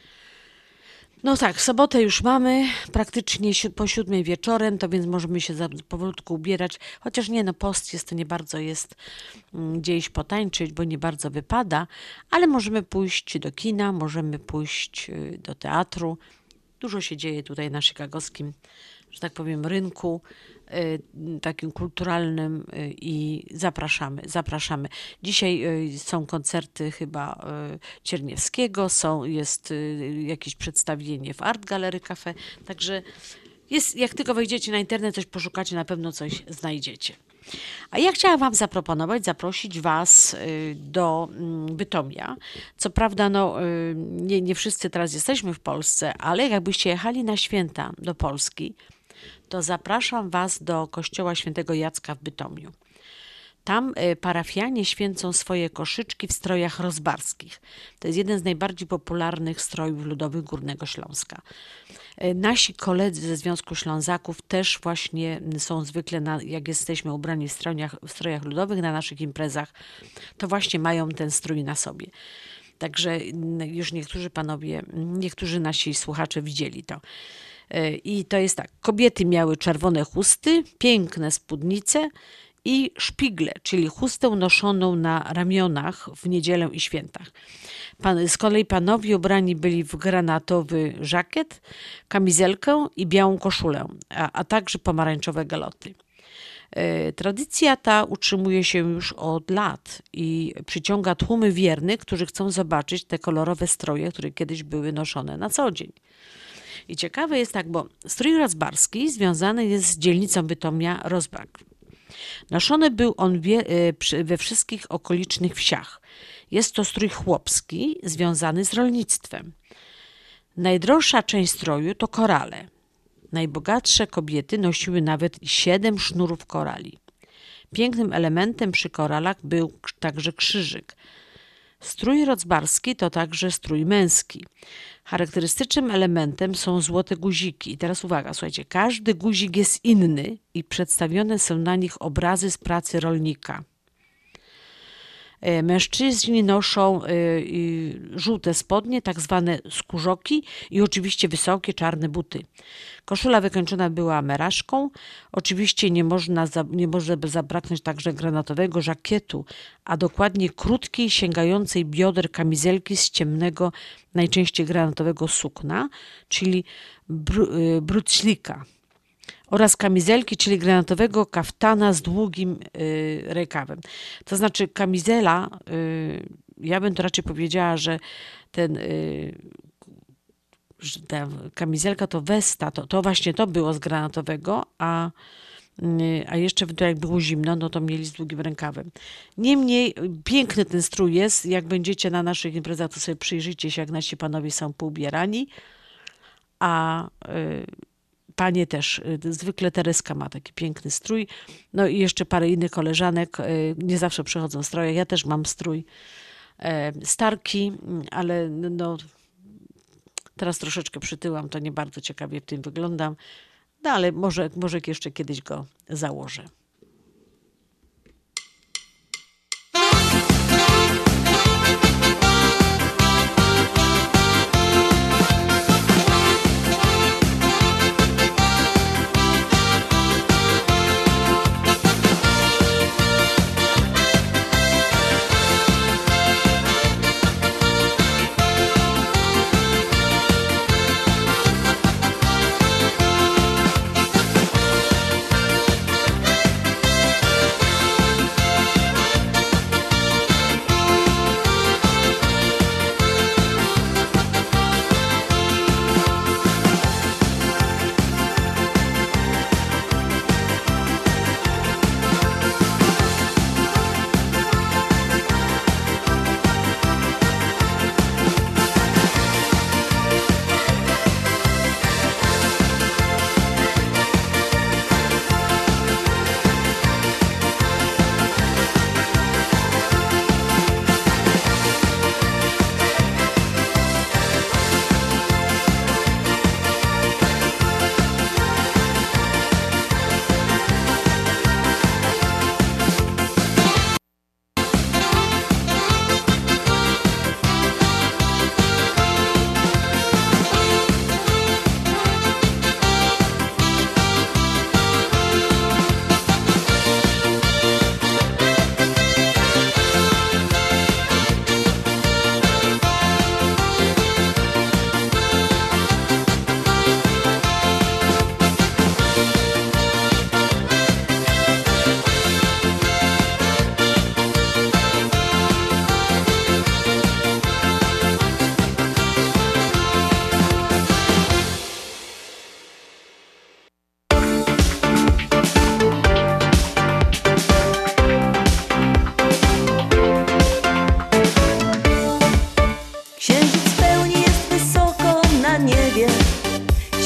No tak, sobotę już mamy, praktycznie po siódmej wieczorem, to więc możemy się za, powolutku ubierać, chociaż nie, no post jest, to nie bardzo jest mm, gdzieś potańczyć, bo nie bardzo wypada, ale możemy pójść do kina, możemy pójść y, do teatru. Dużo się dzieje tutaj na chicagowskim, że tak powiem, rynku y, takim kulturalnym y, i zapraszamy, zapraszamy. Dzisiaj y, są koncerty chyba y, Cierniewskiego, są, jest y, jakieś przedstawienie w Art Gallery Cafe, także jest, jak tylko wejdziecie na internet, coś poszukacie, na pewno coś znajdziecie. A ja chciałam Wam zaproponować, zaprosić Was y, do y, Bytomia. Co prawda, no, y, nie, nie wszyscy teraz jesteśmy w Polsce, ale jakbyście jechali na święta do Polski, to zapraszam Was do kościoła świętego Jacka w Bytomiu. Tam parafianie święcą swoje koszyczki w strojach rozbarskich. To jest jeden z najbardziej popularnych strojów ludowych Górnego Śląska. Nasi koledzy ze Związku Ślązaków też właśnie są zwykle, na, jak jesteśmy ubrani w strojach, w strojach ludowych na naszych imprezach, to właśnie mają ten strój na sobie. Także już niektórzy panowie, niektórzy nasi słuchacze widzieli to. I to jest tak, kobiety miały czerwone chusty, piękne spódnice i szpigle, czyli chustę noszoną na ramionach w niedzielę i świętach. Pan, z kolei panowie ubrani byli w granatowy żakiet, kamizelkę i białą koszulę, a, a także pomarańczowe galoty. E, tradycja ta utrzymuje się już od lat i przyciąga tłumy wiernych, którzy chcą zobaczyć te kolorowe stroje, które kiedyś były noszone na co dzień. I ciekawe jest tak, bo strój rozbarski związany jest z dzielnicą Bytomia Rozbark. Noszony był on wie, we wszystkich okolicznych wsiach. Jest to strój chłopski związany z rolnictwem. Najdroższa część stroju to korale. Najbogatsze kobiety nosiły nawet siedem sznurów korali. Pięknym elementem przy koralach był także krzyżyk. Strój rozbarski to także strój męski. Charakterystycznym elementem są złote guziki. I teraz uwaga, słuchajcie, każdy guzik jest inny i przedstawione są na nich obrazy z pracy rolnika. Mężczyźni noszą żółte spodnie, tak zwane skórzoki i oczywiście wysokie czarne buty. Koszula wykończona była meraszką. Oczywiście nie można, nie może zabraknąć także granatowego żakietu, a dokładnie krótkiej, sięgającej bioder kamizelki z ciemnego, najczęściej granatowego sukna, czyli br bruclika. Oraz kamizelki, czyli granatowego kaftana z długim y, rękawem. To znaczy kamizela, y, ja bym to raczej powiedziała, że ten, y, że ta kamizelka to westa, to, to właśnie to było z granatowego, a, y, a jeszcze jak było zimno, no to mieli z długim rękawem. Niemniej piękny ten strój jest, jak będziecie na naszych imprezach, to sobie przyjrzyjcie się, jak nasi panowie są poubierani, a y, panie też, zwykle Tereska ma taki piękny strój, no i jeszcze parę innych koleżanek, nie zawsze przychodzą w strojach, ja też mam strój starki, ale no teraz troszeczkę przytyłam, to nie bardzo ciekawie w tym wyglądam, no ale może, może jeszcze kiedyś go założę.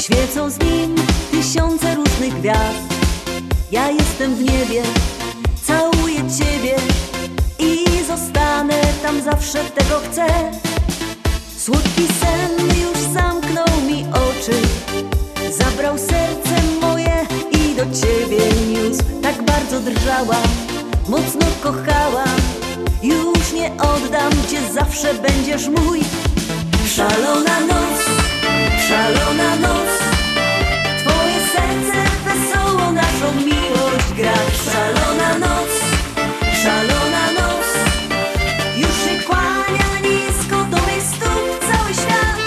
Świecą z nim tysiące różnych gwiazd. Ja jestem w niebie, całuję Ciebie i zostanę tam zawsze, tego chcę. Słodki sen już zamknął mi oczy, zabrał serce moje i do Ciebie niósł. Tak bardzo drżałam, mocno kochałam, już nie oddam Cię, zawsze będziesz mój. Szalona noc, szalona noc, Twoje serce wesoło naszą miłość gra. Szalona noc, szalona noc, już się kłania nisko do mych stóp cały świat.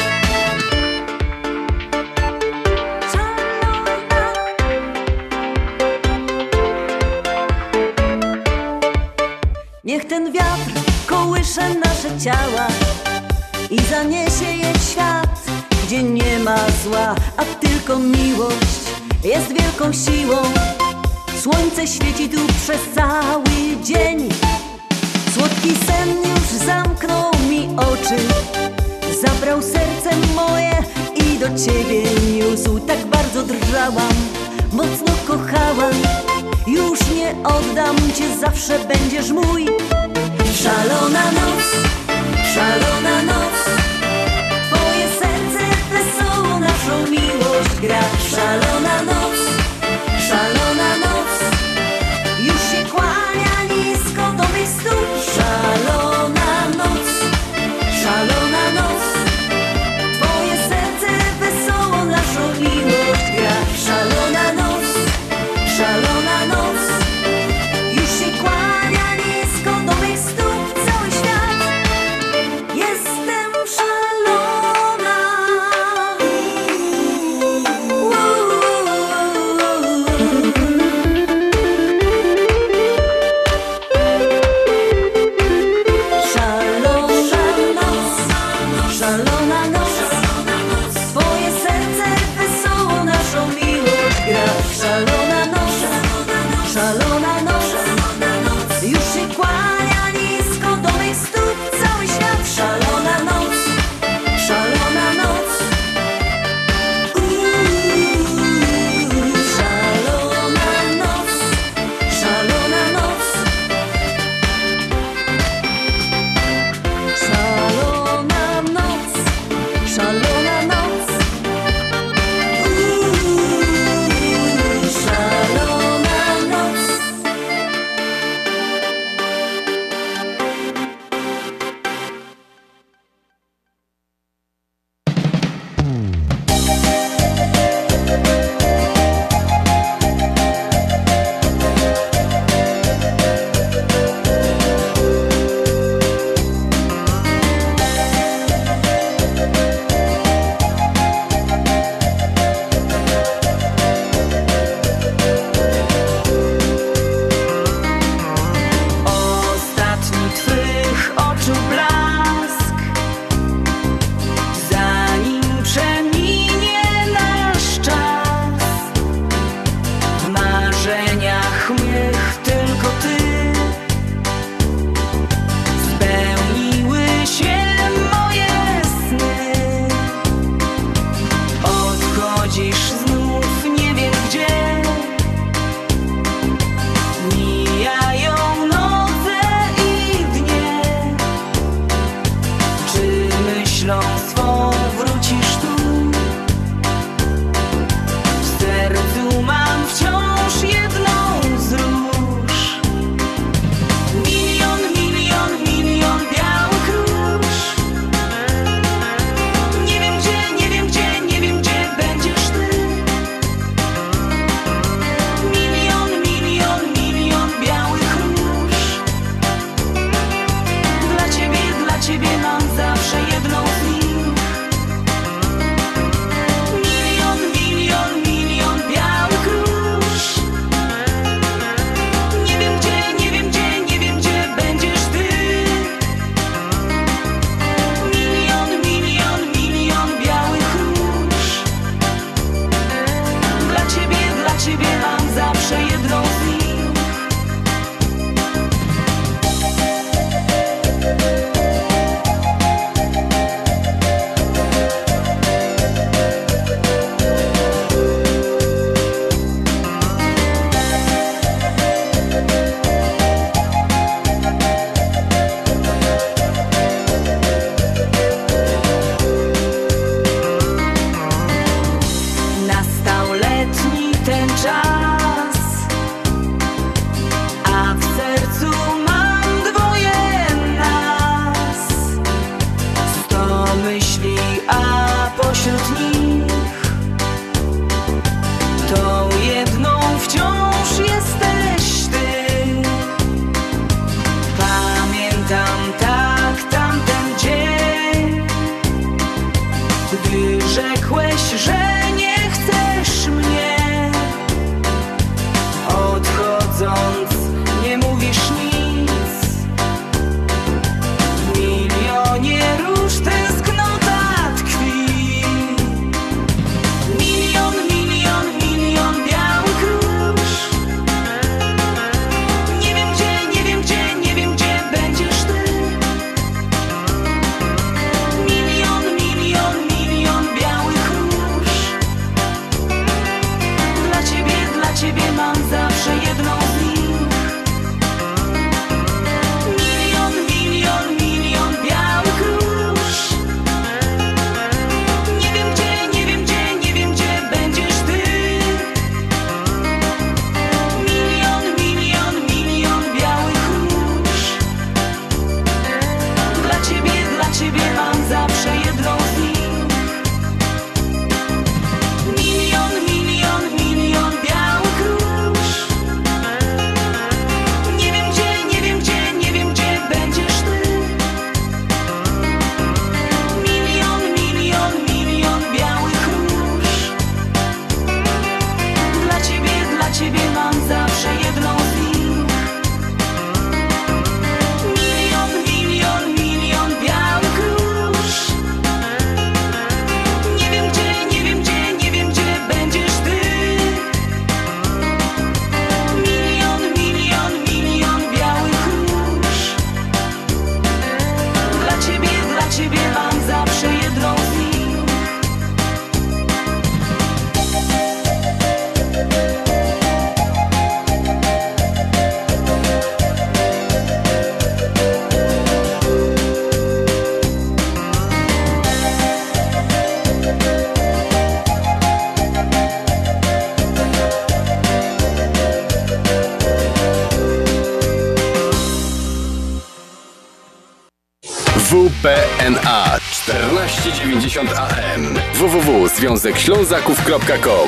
Szalona. Niech ten wiatr kołysze nasze ciała i zaniesie je w świat, gdzie nie ma zła, a tylko miłość jest wielką siłą. Słońce świeci tu przez cały dzień. Słodki sen już zamknął mi oczy, zabrał serce moje i do Ciebie niósł. Tak bardzo drżałam, mocno kochałam, już nie oddam Cię, zawsze będziesz mój. Szalona noc, szalona noc, Twoje serce wesoło naszą miłość gra. Szalona noc, szalona noc, już się kłania nisko do mych stóp. Szalona noc, szalona noc, Twoje serce wesoło naszą miłość gra. Szalona noc, szalona noc, już się kłania nisko do mych stóp cały świat. Jestem szalona. Szalona noc, szalona noc, Twoje serce wesoło naszą miłość gra. Szalona noc, szalona noc, już się kłania nisko do mych stóp cały świat. Szalona noc, szalona noc, uuu, szalona noc, szalona noc, szalona noc, a pośród nich tą jedną wciąż jesteś ty. Pamiętam tak tamten dzień, gdy rzekłeś, że nie chcesz mnie. Odchodząc nie mówisz nic, w milionie róż tęsknota tkwi. Milion, milion, milion białych róż. Nie wiem gdzie, nie wiem gdzie, nie wiem gdzie będziesz ty. Milion, milion, milion białych róż. Dla ciebie, dla ciebie mam zawsze jedną z nich. Milion, milion, milion białych róż. Nie wiem gdzie, nie wiem gdzie, nie wiem gdzie będziesz ty. Milion, milion, milion białych róż. Dla ciebie, dla ciebie mam zawsze jedną z nich. Milion, milion, milion białych róż. Nie wiem gdzie, nie wiem gdzie, nie wiem gdzie będziesz ty. Milion, milion, milion białych róż. Dla ciebie, dla ciebie mam zawsze jedną z nich. Milion, milion, milion białych róż. Nie wiem gdzie, nie wiem gdzie, nie wiem gdzie będziesz ty. Milion, milion, milion białych róż. Dla ciebie, dla ciebie mam zawsze jedną z nich. W P N A czternaście dziewięćdziesiąt A M w w w kropka związek ślązaków kropka com.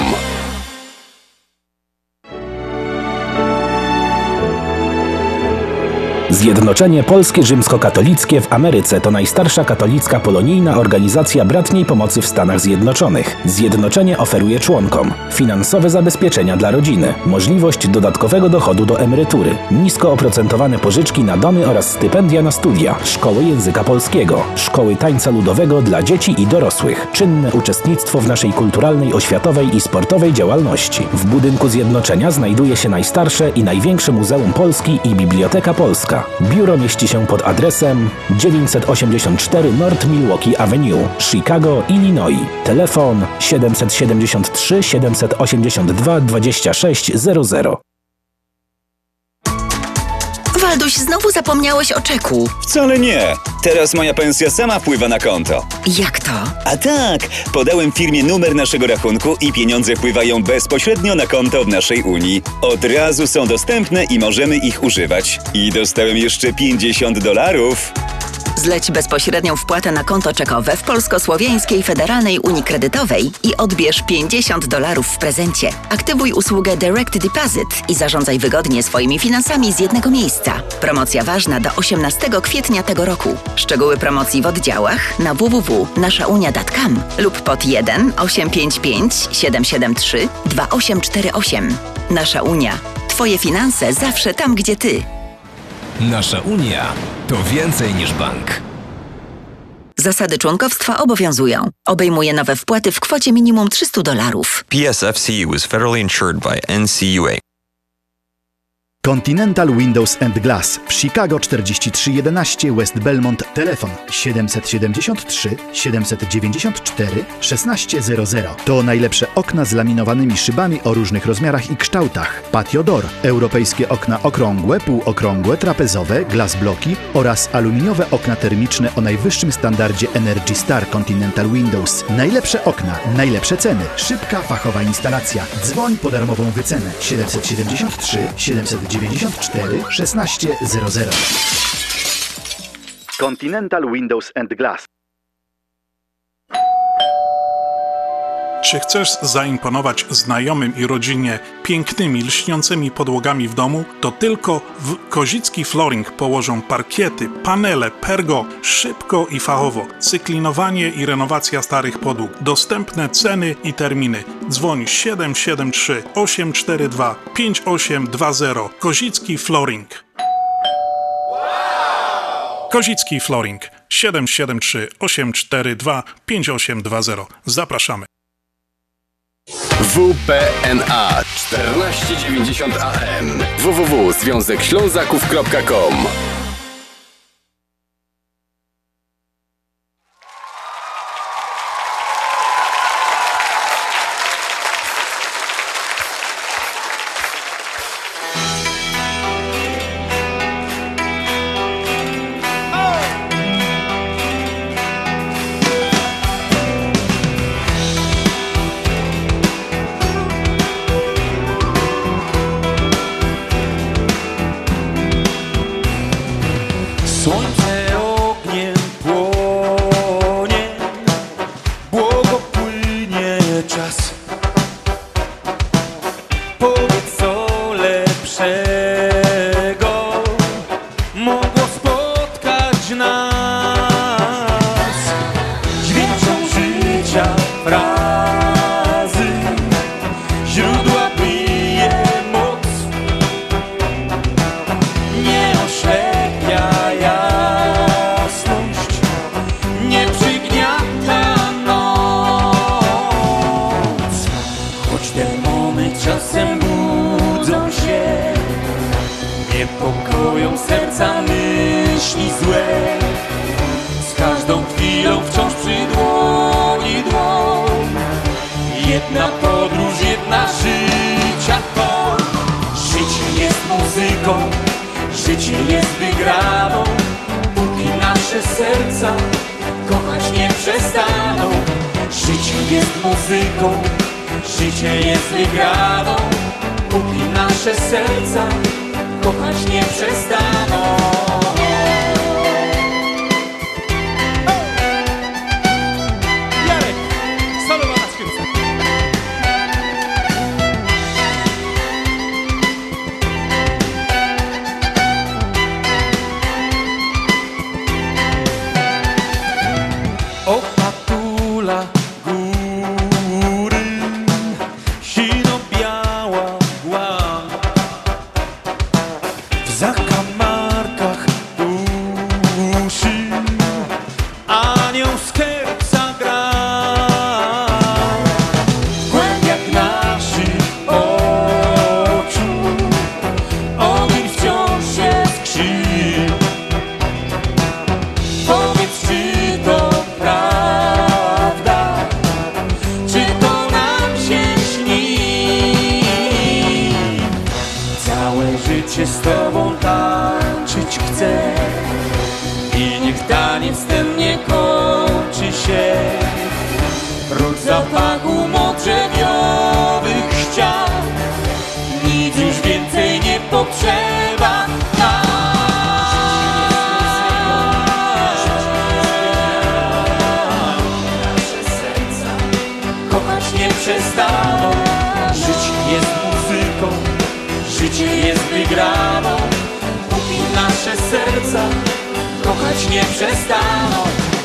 Zjednoczenie Polskie Rzymskokatolickie w Ameryce to najstarsza katolicka polonijna organizacja bratniej pomocy w Stanach Zjednoczonych. Zjednoczenie oferuje członkom finansowe zabezpieczenia dla rodziny, możliwość dodatkowego dochodu do emerytury, nisko oprocentowane pożyczki na domy oraz stypendia na studia, szkoły języka polskiego, szkoły tańca ludowego dla dzieci i dorosłych, czynne uczestnictwo w naszej kulturalnej, oświatowej i sportowej działalności. W budynku Zjednoczenia znajduje się najstarsze i największe Muzeum Polski i Biblioteka Polska. Biuro mieści się pod adresem dziewięćset osiemdziesiąt cztery North Milwaukee Avenue, Chicago, Illinois. Telefon siedem siedem trzy, siedem osiem dwa, dwa sześć zero zero. Walduś, znowu zapomniałeś o czeku. Wcale nie. Teraz moja pensja sama wpływa na konto. Jak to? A tak, podałem firmie numer naszego rachunku i pieniądze wpływają bezpośrednio na konto w naszej Unii. Od razu są dostępne i możemy ich używać. I dostałem jeszcze pięćdziesiąt dolarów. Zleć bezpośrednią wpłatę na konto czekowe w Polsko-Słowiańskiej Federalnej Unii Kredytowej i odbierz pięćdziesiąt dolarów w prezencie. Aktywuj usługę Direct Deposit i zarządzaj wygodnie swoimi finansami z jednego miejsca. Promocja ważna do osiemnastego kwietnia tego roku. Szczegóły promocji w oddziałach na w w w kropka nasza unia kropka com lub pod jeden osiem pięć pięć, siedem siedem trzy, dwa osiem cztery osiem. Nasza Unia. Twoje finanse zawsze tam, gdzie ty. Nasza Unia to więcej niż bank. Zasady członkowstwa obowiązują. Obejmuje nowe wpłaty w kwocie minimum trzysta dolarów. P S F C U is federally insured by N C U A. Continental Windows and Glass w Chicago czterdzieści trzy jedenaście West Belmont. Telefon siedem siedem trzy, siedem dziewięć cztery, szesnaście zero zero. To najlepsze okna z laminowanymi szybami o różnych rozmiarach i kształtach. Patio Door, europejskie okna okrągłe, półokrągłe, trapezowe, glass bloki oraz aluminiowe okna termiczne o najwyższym standardzie Energy Star Continental Windows. Najlepsze okna, najlepsze ceny. Szybka, fachowa instalacja. Dzwoń po darmową wycenę siedem siedem trzy, siedem dziewięć cztery, szesnaście zero zero. Continental Windows and Glass. Czy chcesz zaimponować znajomym i rodzinie pięknymi, lśniącymi podłogami w domu? To tylko w Kozicki Flooring położą parkiety, panele, pergo, szybko i fachowo. Cyklinowanie i renowacja starych podłóg. Dostępne ceny i terminy. Dzwoń siedem siedem trzy, osiem cztery dwa, pięć osiem dwa zero. Kozicki Flooring. Kozicki Flooring siedem siedem trzy, osiem cztery dwa, pięć osiem dwa zero. Zapraszamy. W P N A czternaście dziewięćdziesiąt A M w w w kropka związek ślązaków kropka com. Słońce ogniem płonie, błogo płynie czas. Powiedz, co lepszego mogło spotkać nas. Dźwięczą życia frazy, źródła bije moc. Nie oślepia jasność, nie przygniata noc. Choć demony czasem budzą się, niepokoją serca myśli złe. Z każdą chwilą wciąż przy dłoni dłoń. Jedna podróż, jedna życia to. Życie jest muzyką, życie jest wygraną, póki nasze serca kochać nie przestaną. Życie jest muzyką, życie jest wygraną, póki nasze serca kochać nie przestaną. Jarek, solowa na skrzynce. Opatula góry, sino-biała mgła. W zakamarkach duszy anioł serca gra. W głębiach naszych oczu ogień wciąż się skrzy. Powiedz, czy to prawda, czy to nam się śni? Całe życie z tobą tańczyć chcę i niech taniec ten nie kończy się. Prócz zapachu modrzewiowych ścian nic już więcej nie potrzeba nam. Kochać nie przestaną. Życie jest muzyką, życie jest wygraną, póki nasze serca kochać nie przestaną.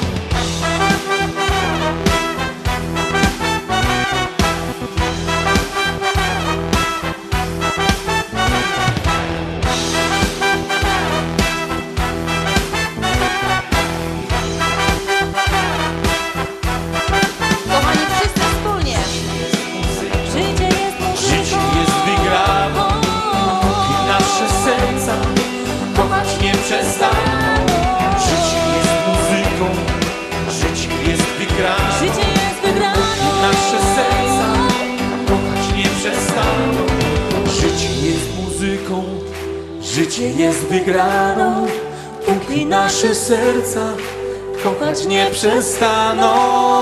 Kochani, wszyscy wspólnie. Życie jest Życie jest wygraną, póki nasze serca kochać nie przestaną. Życie jest muzyką, życie jest wygraną, Życie jest wygraną, póki nasze serca kochać nie przestaną. Życie jest muzyką, życie jest wygraną, póki nasze serca kochać nie przestaną.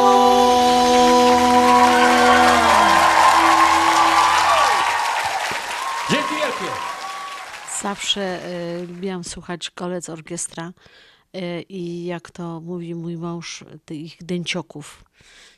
Dzięki wielkie. Zawsze y, lubiłam słuchać Golec Orkiestra y, i jak to mówi mój mąż, tych dęcioków.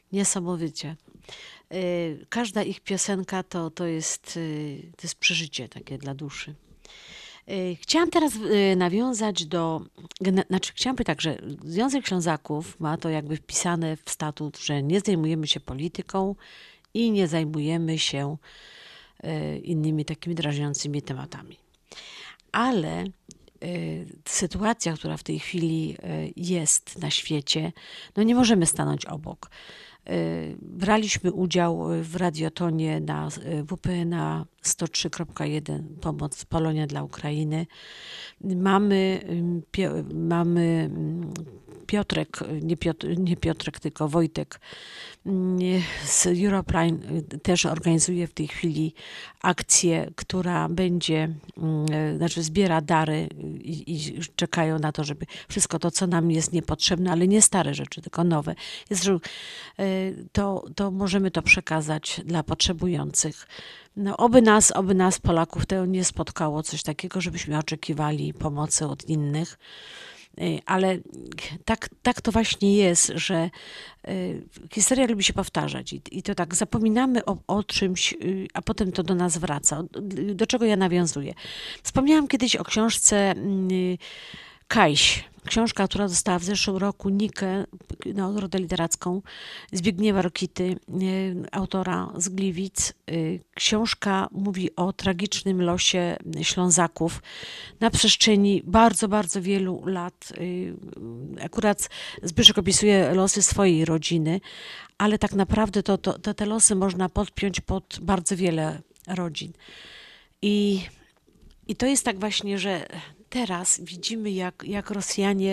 Niesamowicie. Y, Każda ich piosenka to, to, jest, y, to jest przeżycie takie dla duszy. Y, Chciałam teraz y, nawiązać do, gene- znaczy chciałam powiedzieć tak, że Związek Ślązaków ma to jakby wpisane w statut, że nie zajmujemy się polityką i nie zajmujemy się y, innymi takimi drażniącymi tematami. Ale y, sytuacja, która w tej chwili y, jest na świecie, no nie możemy stanąć obok. Y, Braliśmy udział w radiotonie na y, W P N A sto trzy kropka jeden Pomoc Polonia dla Ukrainy. Mamy, ym, Pio- mamy ym, Piotrek, nie, Piotr, nie Piotrek, tylko Wojtek ym, z Europrime y, też organizuje w tej chwili akcję, która będzie, ym, znaczy zbiera dary i, i czekają na to, żeby wszystko to, co nam jest niepotrzebne, ale nie stare rzeczy, tylko nowe, jest, że, y, to, to możemy to przekazać dla potrzebujących. No, oby nas, oby nas, Polaków, to nie spotkało coś takiego, żebyśmy oczekiwali pomocy od innych. Y, Ale tak, tak to właśnie jest, że y, historia lubi się powtarzać i, i to tak zapominamy o, o czymś, y, a potem to do nas wraca. Do, do czego ja nawiązuję? Wspomniałam kiedyś o książce y, Kajś. Książka, która dostała w zeszłym roku Nikę, nagrodę literacką Zbigniewa Rokity, y, autora z Gliwic. Y, Książka mówi o tragicznym losie Ślązaków na przestrzeni bardzo, bardzo wielu lat. Y, Akurat Zbyszek opisuje losy swojej rodziny, ale tak naprawdę to, to, to te losy można podpiąć pod bardzo wiele rodzin. I, i to jest tak właśnie, że teraz widzimy, jak, jak Rosjanie,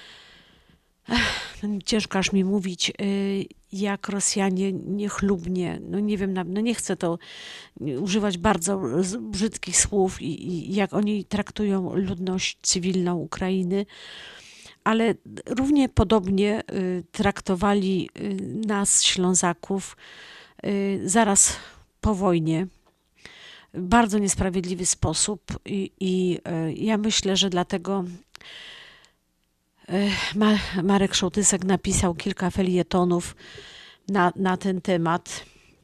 ech, ciężko aż mi mówić, y, jak Rosjanie niechlubnie, no nie wiem, no nie chcę to używać bardzo brzydkich słów i, i jak oni traktują ludność cywilną Ukrainy, ale równie podobnie y, traktowali y, nas, Ślązaków, y, zaraz po wojnie. W bardzo niesprawiedliwy sposób i, i y, ja myślę, że dlatego y, Ma, Marek Szołtysek napisał kilka felietonów na, na ten temat.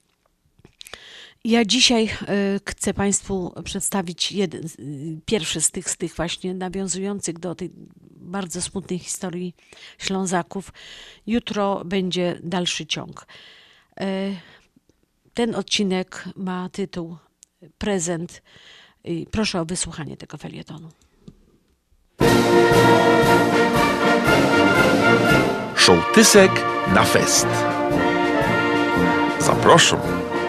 Ja dzisiaj y, chcę Państwu przedstawić jeden, y, pierwszy z tych, z tych właśnie nawiązujących do tej bardzo smutnej historii Ślązaków. Jutro będzie dalszy ciąg. Y, ten odcinek ma tytuł Prezent. Y, proszę o wysłuchanie tego felietonu. Szołtysek na fest. Zapraszam.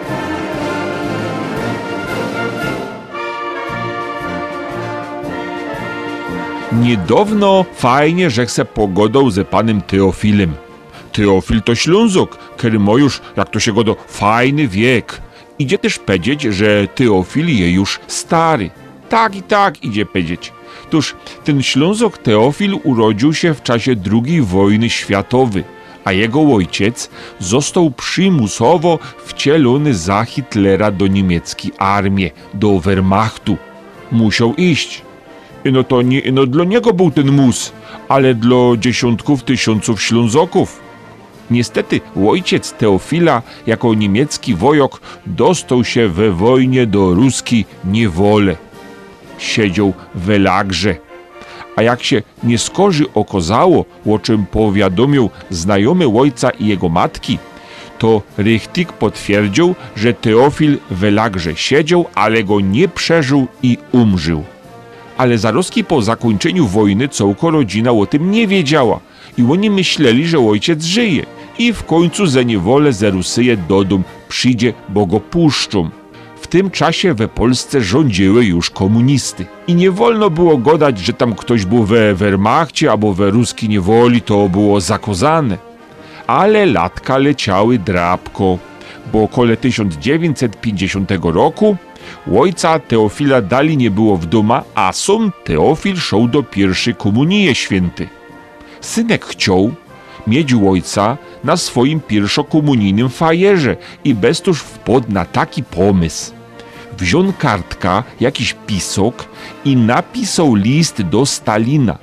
Niedawno fajnie, że se pogodą ze panem Teofilem. Teofil to Ślązok, który ma już, jak to się godo, fajny wiek. Idzie też powiedzieć, że Teofil je już stary. Tak i tak idzie powiedzieć. Tuż ten Ślązok Teofil urodził się w czasie drugiej wojny światowej, a jego ojciec został przymusowo wcielony za Hitlera do niemieckiej armii, do Wehrmachtu. Musiał iść. No to nie no dla niego był ten mus, ale dla dziesiątków tysiąców Ślązoków. Niestety ojciec Teofila jako niemiecki wojok dostał się we wojnie do ruskiej niewolę. Siedział w lagrze. A jak się nie skorzy okazało, o czym powiadomił znajomy ojca i jego matki, to Richtig potwierdził, że Teofil w lagrze siedział, ale go nie przeżył i umrzył. Ale zaroski po zakończeniu wojny całko rodzina o tym nie wiedziała i oni myśleli, że ojciec żyje i w końcu za niewolę z Rusyi do domu przyjdzie, bo go puszczą. W tym czasie we Polsce rządziły już komunisty i nie wolno było gadać, że tam ktoś był we Wehrmachcie albo we ruskiej niewoli, to było zakazane. Ale latka leciały drapko, bo około tysiąc dziewięćset pięćdziesiątego roku ojca Teofila dali nie było w domu, a sam Teofil szedł do pierwszej komunii święty. Synek chciał mieć ojca na swoim pierwszokomunijnym fajerze i bez tuż wpadł na taki pomysł. Wziął kartka, jakiś pisok i napisał list do Stalina,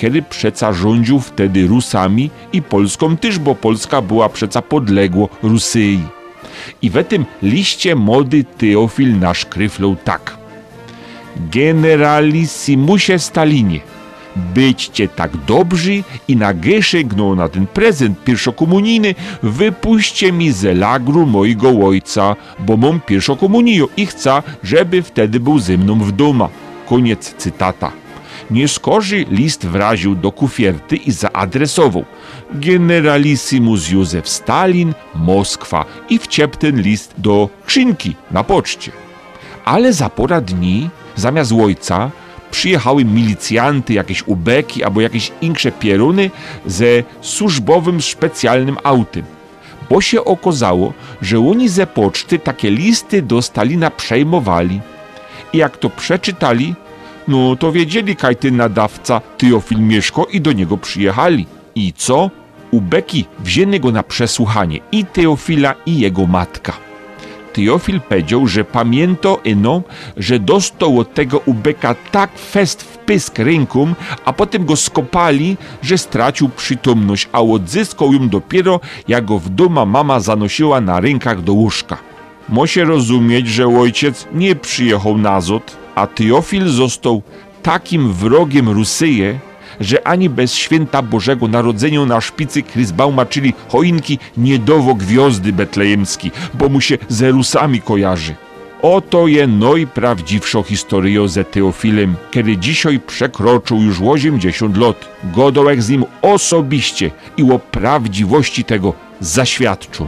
który przeca rządził wtedy Rusami i Polską też, bo Polska była przeca podległo Rusyi. I w tym liście młody Teofil nasz kryflął tak. Generalissimusie Stalinie, byćcie tak dobrzy i na geszegną na ten prezent pierwszokomunijny wypuśćcie mi ze lagru mojego ojca, bo mam pierwszokomuniję i chcę, żeby wtedy był ze mną w doma. Koniec cytata. Nieskorzy list wraził do kufierty i zaadresował Generalissimus Józef Stalin, Moskwa i wciep ten list do skrzynki na poczcie. Ale za pora dni zamiast ojca przyjechały milicjanty, jakieś ubeki albo jakieś insze pieruny ze służbowym specjalnym autem. Bo się okazało, że oni ze poczty takie listy do Stalina przejmowali. I jak to przeczytali, no to wiedzieli, kaj ten nadawca Teofil mieszko i do niego przyjechali. I co? Ubeki wzięli go na przesłuchanie i Teofila i jego matka. Teofil powiedział, że pamięta eno, że dostał od tego ubeka tak fest w pysk ręką, a potem go skopali, że stracił przytomność, a odzyskał ją dopiero, jak go w domu mama zanosiła na rękach do łóżka. Musi rozumieć, że ojciec nie przyjechał na zot, a Teofil został takim wrogiem Rusyi, że ani bez święta Bożego Narodzenia na szpicy Chrisbauma, czyli choinki, nie dowo gwiazdy betlejemski, bo mu się ze Rusami kojarzy. Oto je najprawdziwsza historia ze Teofilem, kiedy dzisiaj przekroczył już osiemdziesiąt lat. Godołek z nim osobiście i o prawdziwości tego zaświadczył.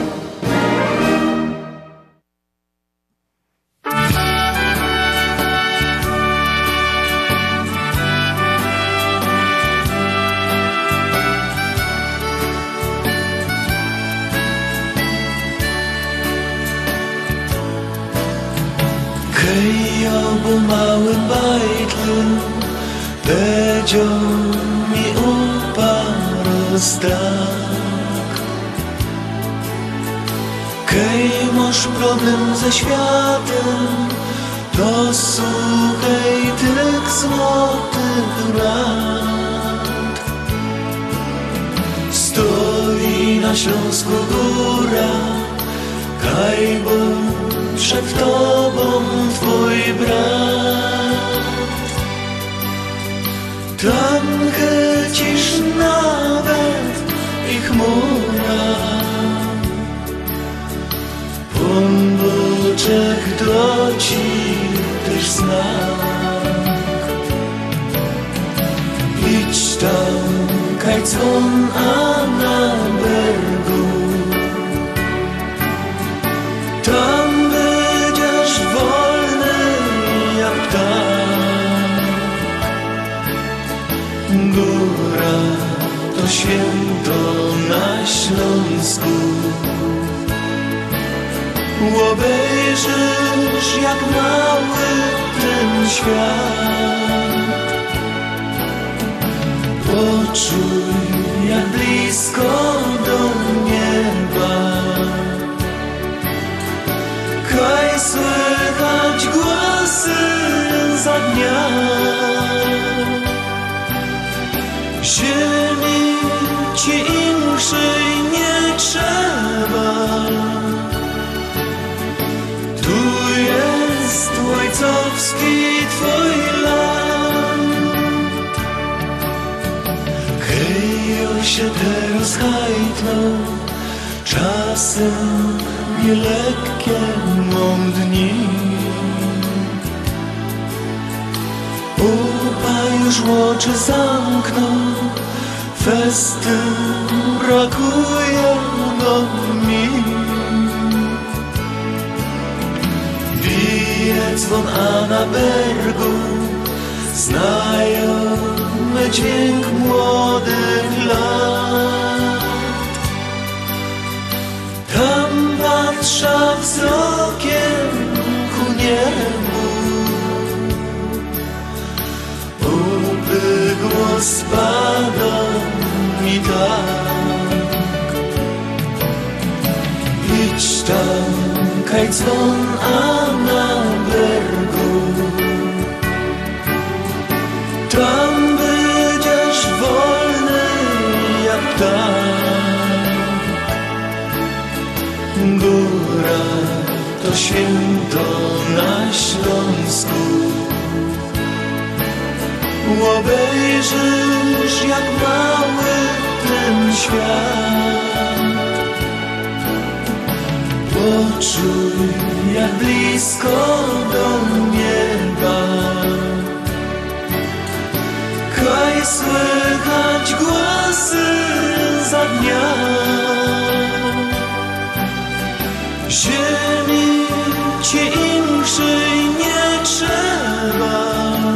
Hej, obu mały bajtlu, powiedział mi uparł strach. Hej, masz problem ze światem, to słuchaj tych złotych rad. Stoi na Śląsku góra, kaj bo przed tobą twój brat. Tam chycisz nawet i chmura, Pan Boczek do ci też znak. Idź tam, kaj dzwon, a na bergu tam będziesz wolny jak ptak. Góra to święto na Śląsku, obejrzysz jak mały ten świat. Poczuj jak blisko do nieba, kaj słychać głosy za dnia. Ziemi ci inszej nie trzeba, tu jest ojcowski twój land. Hej, się teraz hajtno, czasem nielekkie mam dni. Upa już oczy zamknął, festyn brakuje no mi. Bije dzwon, a na bergu znajomy dźwięk młodych lat. Tam patrza wzrokiem ku niebu, upy głos pada mi tak. Idź tam, kaj dzwon, a na bergu tam będziesz Góra to święto na Śląsku. Obejrzysz, jak mały ten świat. Poczuj, jak blisko do nieba. Kaj słychać głosy za dnia. Ziemi ci inkszej nie trzeba.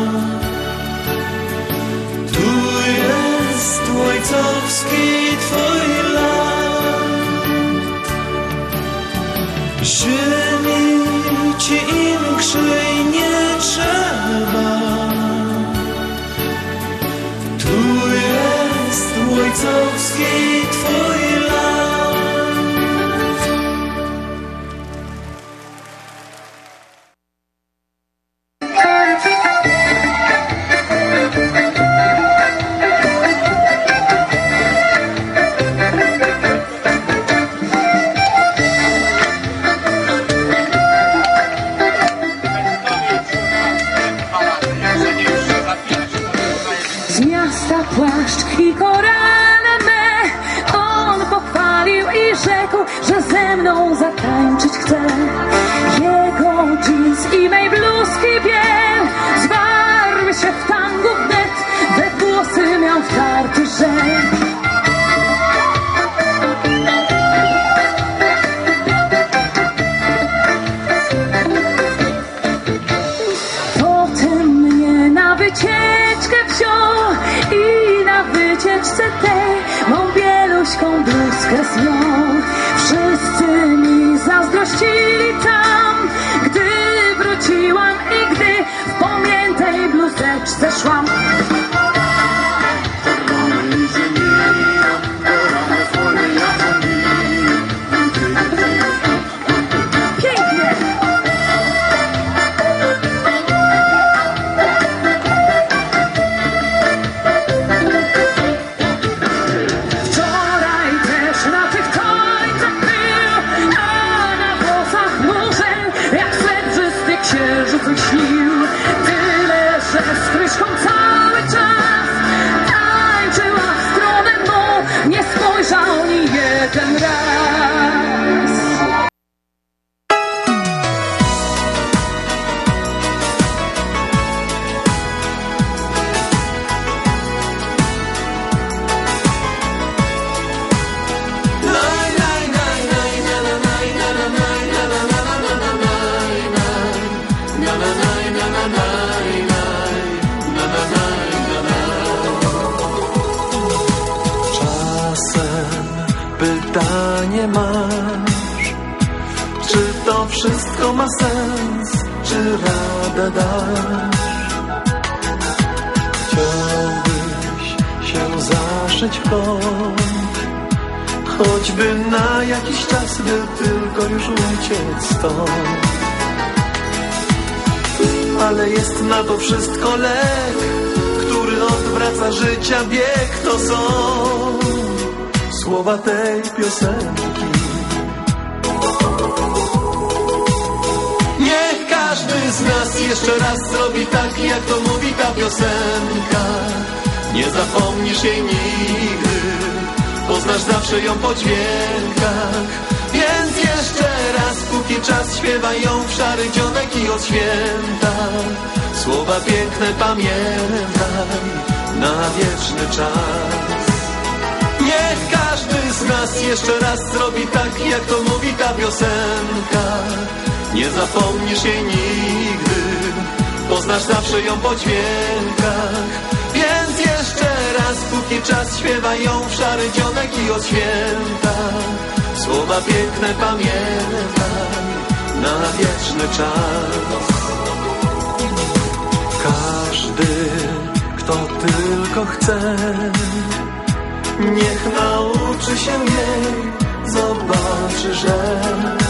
Tu jest ojcowski twój land. Ziemi ci inkszej nie trzeba. Tu jest ojcowski twój land. Z miasta płaszcz i korale me on pochwalił i rzekł, że ze mną zatańczyć chce. Jego jeans i mej bluzki biel zwarły się w tangu wnet, we włosy miał wtarty żel. Potem mnie na wycieczkę wziął i na wycieczce tej mą bieluśką bluzkę zjął. Wszyscy mi zazdrościli tam, gdy wróciłam i gdy w pamiętej bluzeczce szłam. Śnił tyle, że z kryszką cały czas tańczyła w stronę mą, nie spojrzał ni jeden raz. Pytanie masz, czy to wszystko ma sens, czy radę dasz? Chciałbyś się zaszyć w kąt, choćby na jakiś czas, by tylko już uciec stąd. Ale jest na to wszystko lek, który odwraca życia bieg. To są słowa tej piosenki. Niech każdy z nas jeszcze raz zrobi tak, jak to mówi ta piosenka. Nie zapomnisz jej nigdy, poznasz zawsze ją po dźwiękach. Więc jeszcze raz, póki czas, śpiewaj ją w szary dzionek i od święta. Słowa piękne pamiętaj na wieczny czas. Niech każdy z nas jeszcze raz zrobi tak, jak to mówi ta piosenka. Nie zapomnisz jej nigdy, poznasz zawsze ją po dźwiękach. Więc jeszcze raz, póki czas, śpiewaj ją w szary dzionek i od święta. Słowa piękne pamiętaj na wieczny czas. Każdy, kto tylko chce, niech nauczy się jej, zobaczy, że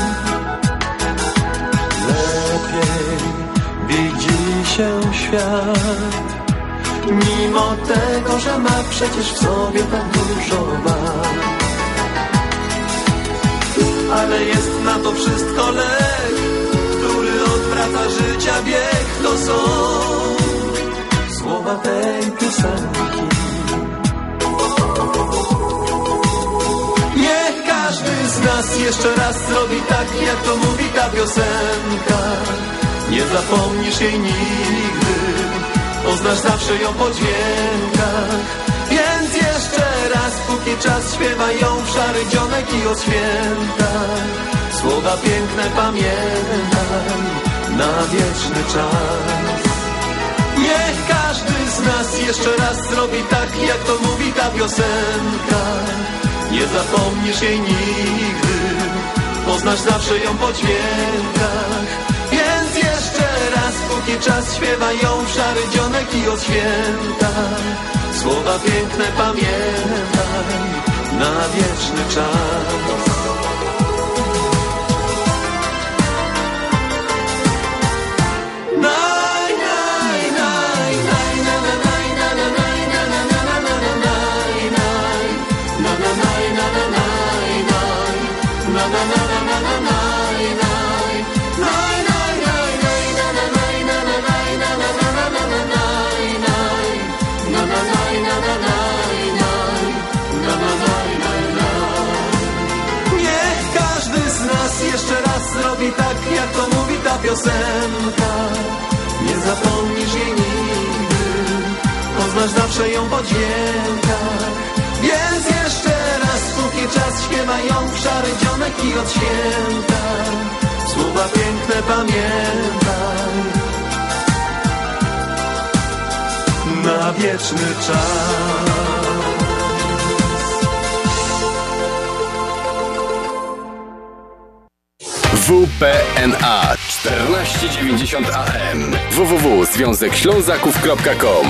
lepiej widzi się świat, mimo tego, że ma przecież w sobie tak dużo wad. ale jest na to wszystko lek, który odwraca życia bieg. To są słowa tej piosenki. Niech każdy z nas jeszcze raz zrobi tak, jak to mówi ta piosenka. Nie zapomnisz jej nigdy, poznasz zawsze ją po dźwiękach. Więc jeszcze raz, póki czas, śpiewaj ją w szary dzionek i o świętach. Słowa piękne pamiętaj na wieczny czas. Niech każdy z nas jeszcze raz zrobi tak, jak to mówi ta piosenka. Nie zapomnisz jej nigdy, poznasz zawsze ją po dźwiękach. Więc jeszcze raz, póki czas, śpiewaj ją w szary dzionek i od święta. Słowa piękne pamiętaj na wieczny czas. Zrobi tak, jak to mówi ta piosenka. Nie zapomnisz jej nigdy, poznasz zawsze ją po dźwiękach. Więc jeszcze raz, póki czas, śpiewaj ją w szary dzionek i od święta. Słowa piękne pamiętaj na wieczny czas. W P N A czternaście dziewięćdziesiąt A M w w w kropka związek ślązaków kropka com.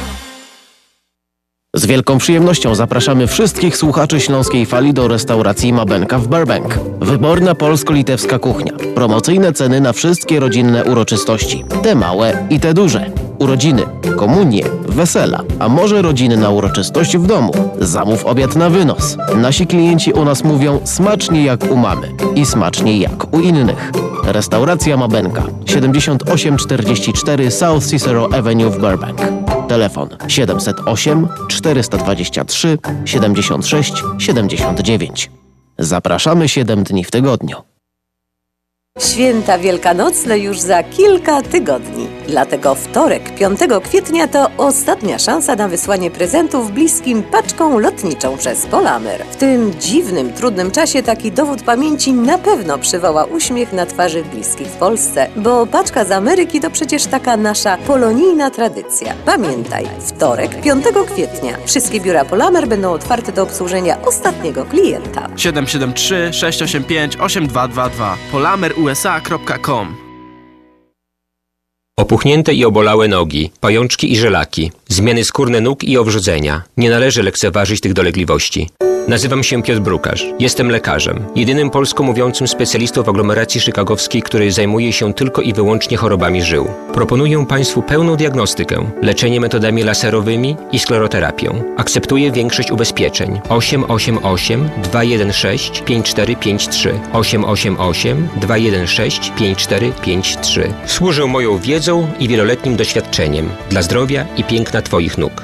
Z wielką przyjemnością zapraszamy wszystkich słuchaczy Śląskiej Fali do restauracji Mabenka w Burbank. Wyborna polsko-litewska kuchnia. Promocyjne ceny na wszystkie rodzinne uroczystości. Te małe i te duże. Urodziny, komunie, wesela, a może rodziny na uroczystość w domu. Zamów obiad na wynos. Nasi klienci u nas mówią smacznie jak u mamy i smacznie jak u innych. Restauracja Mabenka, siedemdziesiąt osiem czterdzieści cztery South Cicero Avenue w Burbank. Telefon siedemset osiem czterysta dwadzieścia trzy siedemdziesiąt sześć siedemdziesiąt dziewięć. Zapraszamy siedem dni w tygodniu. Święta wielkanocne już za kilka tygodni. Dlatego wtorek, piątego kwietnia to ostatnia szansa na wysłanie prezentów bliskim paczką lotniczą przez Polamer. W tym dziwnym, trudnym czasie taki dowód pamięci na pewno przywoła uśmiech na twarzy bliskich w Polsce, bo paczka z Ameryki to przecież taka nasza polonijna tradycja. Pamiętaj, wtorek, piątego kwietnia. Wszystkie biura Polamer będą otwarte do obsłużenia ostatniego klienta. siedem siedem trzy sześć osiem pięć osiem dwa dwa dwa polamer u s a kropka com. Opuchnięte i obolałe nogi, pajączki i żelaki, zmiany skórne nóg i owrzodzenia. Nie należy lekceważyć tych dolegliwości. Nazywam się Piotr Brukarz. Jestem lekarzem. Jedynym polsko mówiącym specjalistą w aglomeracji chicagowskiej, który zajmuje się tylko i wyłącznie chorobami żył. Proponuję Państwu pełną diagnostykę, leczenie metodami laserowymi i skleroterapią. Akceptuję większość ubezpieczeń. osiem osiem osiem dwa jeden sześć pięć cztery pięć trzy osiem osiem osiem dwa jeden sześć pięć cztery pięć trzy. Służę moją wiedzą i wieloletnim doświadczeniem dla zdrowia i piękna Twoich nóg.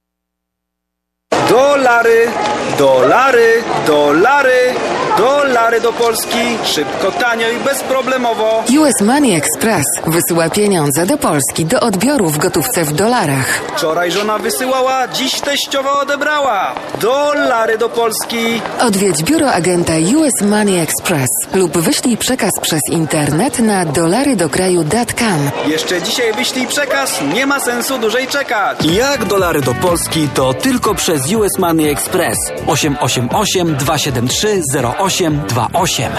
Dolary, dolary, dolary, dolary do Polski. Szybko, tanio i bezproblemowo. U S Money Express wysyła pieniądze do Polski do odbioru w gotówce w dolarach. Wczoraj żona wysyłała, dziś teściowa odebrała. Dolary do Polski. Odwiedź biuro agenta U S Money Express lub wyślij przekaz przez internet na dolarydokraju kropka com. Jeszcze dzisiaj wyślij przekaz, nie ma sensu dłużej czekać. Jak dolary do Polski, to tylko przez U S Money Express. osiem osiem osiem dwa siedem trzy zero osiem dwa osiem.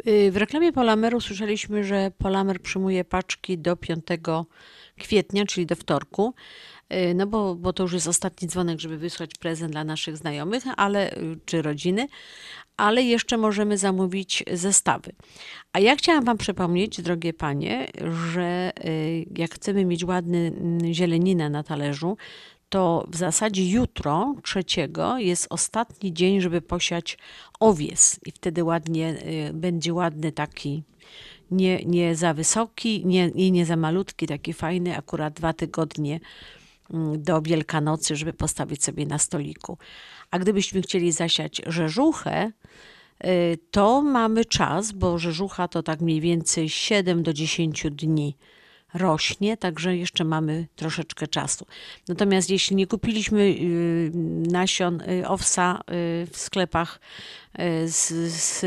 Y, W reklamie Polameru słyszeliśmy, że Polamer przyjmuje paczki do piątego kwietnia, czyli do wtorku. Y, No bo, bo to już jest ostatni dzwonek, żeby wysłać prezent dla naszych znajomych, ale, y, czy rodziny, ale jeszcze możemy zamówić zestawy. A ja chciałam Wam przypomnieć, drogie panie, że y, jak chcemy mieć ładny mm, zieleninę na talerzu, to w zasadzie jutro, trzeciego, jest ostatni dzień, żeby posiać owies i wtedy ładnie, y, będzie ładny taki, nie, nie za wysoki, nie, i nie za malutki, taki fajny, akurat dwa tygodnie mm, do Wielkanocy, żeby postawić sobie na stoliku. A gdybyśmy chcieli zasiać rzeżuchę, y, to mamy czas, bo rzeżucha to tak mniej więcej siedem do dziesięciu dni rośnie, także jeszcze mamy troszeczkę czasu. Natomiast jeśli nie kupiliśmy y, nasion y, owsa y, w sklepach y, z, z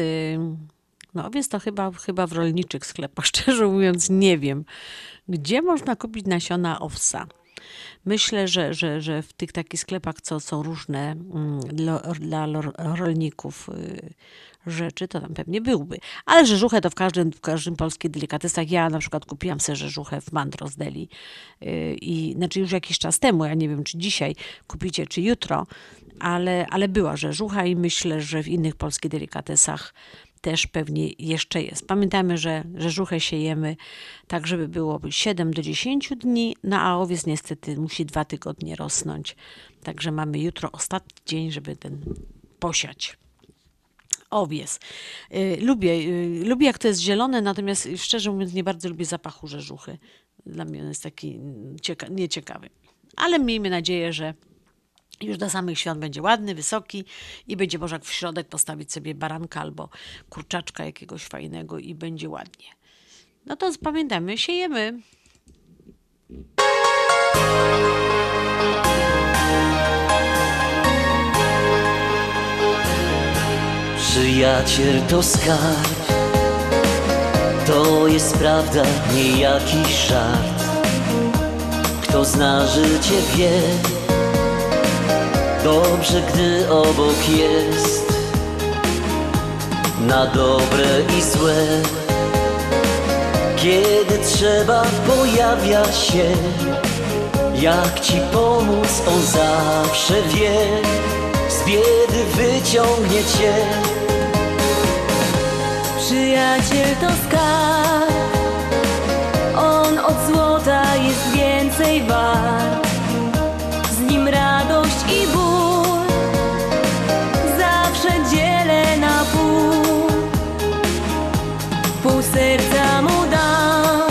no owiec to chyba, chyba w rolniczych sklepach, szczerze mówiąc nie wiem, gdzie można kupić nasiona owsa. Myślę, że, że, że w tych takich sklepach, co są różne mm, dla, dla lo- rolników y, rzeczy, to tam pewnie byłby. Ale rzeżuchę to w każdym, w każdym polskich delikatesach. Ja na przykład kupiłam sobie rzeżuchę w Mandros Deli. Y, I znaczy już jakiś czas temu, ja nie wiem, czy dzisiaj kupicie, czy jutro, ale, ale była rzeżucha i myślę, że w innych polskich delikatesach też pewnie jeszcze jest. Pamiętajmy, że rzeżuchę siejemy tak, żeby było siedem do dziesięciu dni, no a owiec niestety musi dwa tygodnie rosnąć. Także mamy jutro ostatni dzień, żeby ten posiać. Owiec. Y, Lubię, y, lubię jak to jest zielone, natomiast szczerze mówiąc nie bardzo lubię zapachu rzeżuchy. Dla mnie on jest taki cieka- nieciekawy. Ale miejmy nadzieję, że już do samych świąt będzie ładny, wysoki i będzie można w środek postawić sobie baranka albo kurczaczka jakiegoś fajnego i będzie ładnie. No to pamiętamy, siejemy. Przyjaciel to skarb, to jest prawda, nie jakiś żart. Kto zna życie wie, dobrze gdy obok jest, na dobre i złe. Kiedy trzeba pojawia się, jak ci pomóc on zawsze wie, z biedy wyciągnie cię. Przyjaciel to skarb, on od złota jest więcej wart. Z nim radość i ból zawsze dzielę na pół. Pół serca mu dam,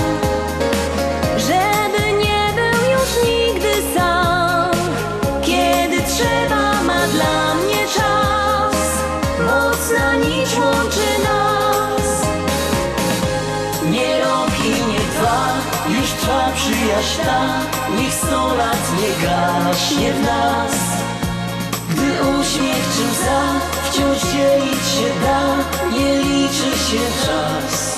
żeby nie był już nigdy sam. Kiedy trzeba, ma dla mnie czas, mocna nić łączy nas. Nie rok i nie dwa, już trwa przyjaźń ta, niech sto lat nie gaśnie w nas. Gdy uśmiech czy łza wciąż dzielić się da, nie liczy się czas.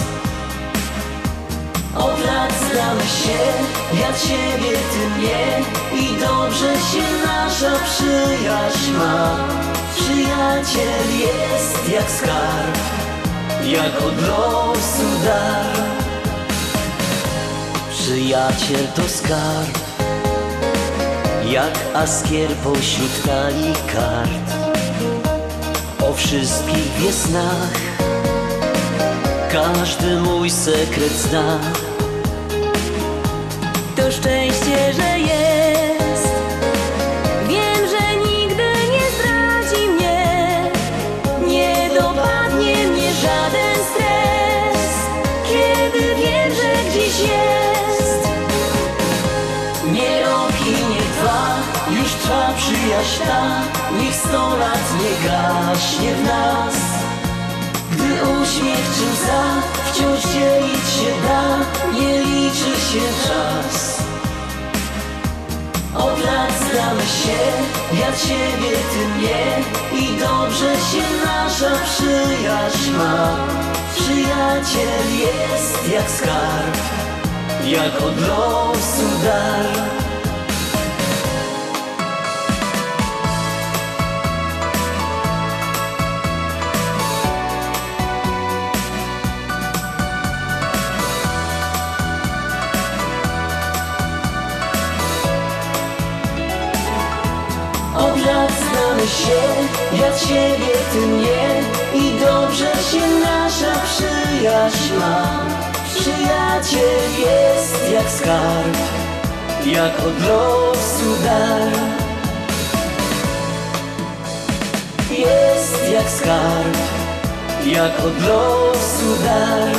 Od lat znamy się, ja ciebie, ty mnie, i dobrze się nasza przyjaźń ma. Przyjaciel jest jak skarb, jak od losu dar. Przyjaciel to skarb, jak askier pośród talii kart. O wszystkich wie snach, każdy mój sekret zna. To szczęście, że jest, wiem, że nigdy nie zdradzi mnie. Nie dopadnie mnie żaden stres, kiedy wiem, że gdzieś jest. Nie rok i nie dwa, już trwa przyjaźń ta, niech sto lat nie gaśnie w nas. Gdy uśmiech czy łza wciąż dzielić się da, nie liczy się czas. Od lat znamy się, ja ciebie, ty mnie, i dobrze się nasza przyjaźń ma. Przyjaciel jest jak skarb, jak od losu dar. się, ja ciebie, ty mnie i dobrze się nasza przyjaźń ma. Przyjaciel jest jak skarb, jak od losu dar. Jest jak skarb, jak od losu dar.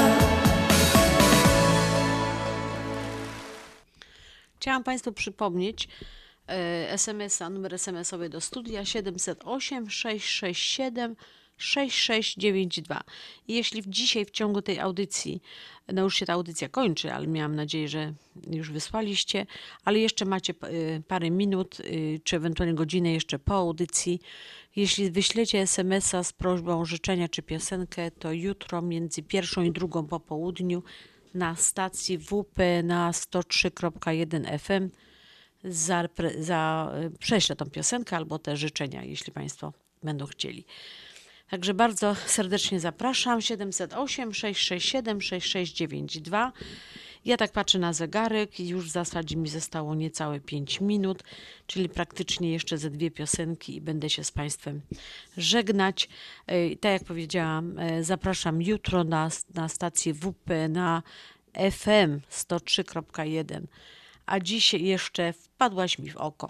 Chciałam Państwu przypomnieć e, es em es a, numer es em esowy do studia siedem zero osiem, sześć sześć siedem, sześć sześć dziewięć dwa. I jeśli w dzisiaj w ciągu tej audycji, no już się ta audycja kończy, ale miałam nadzieję, że już wysłaliście, ale jeszcze macie y, parę minut, y, czy ewentualnie godzinę jeszcze po audycji. Jeśli wyślecie es em es a z prośbą życzenia czy piosenkę, to jutro między pierwszą i drugą po południu na stacji W P na sto trzy przecinek jeden F M za, za, prześlę tą piosenkę albo te życzenia, jeśli Państwo będą chcieli. Także bardzo serdecznie zapraszam. siedem zero osiem, sześć sześć siedem, sześć sześć dziewięć dwa. Ja tak patrzę na zegarek i już w zasadzie mi zostało niecałe pięć minut, czyli praktycznie jeszcze ze dwie piosenki i będę się z Państwem żegnać. Tak jak powiedziałam, zapraszam jutro na, na stację W P na F M sto trzy przecinek jeden. A dzisiaj jeszcze wpadłaś mi w oko.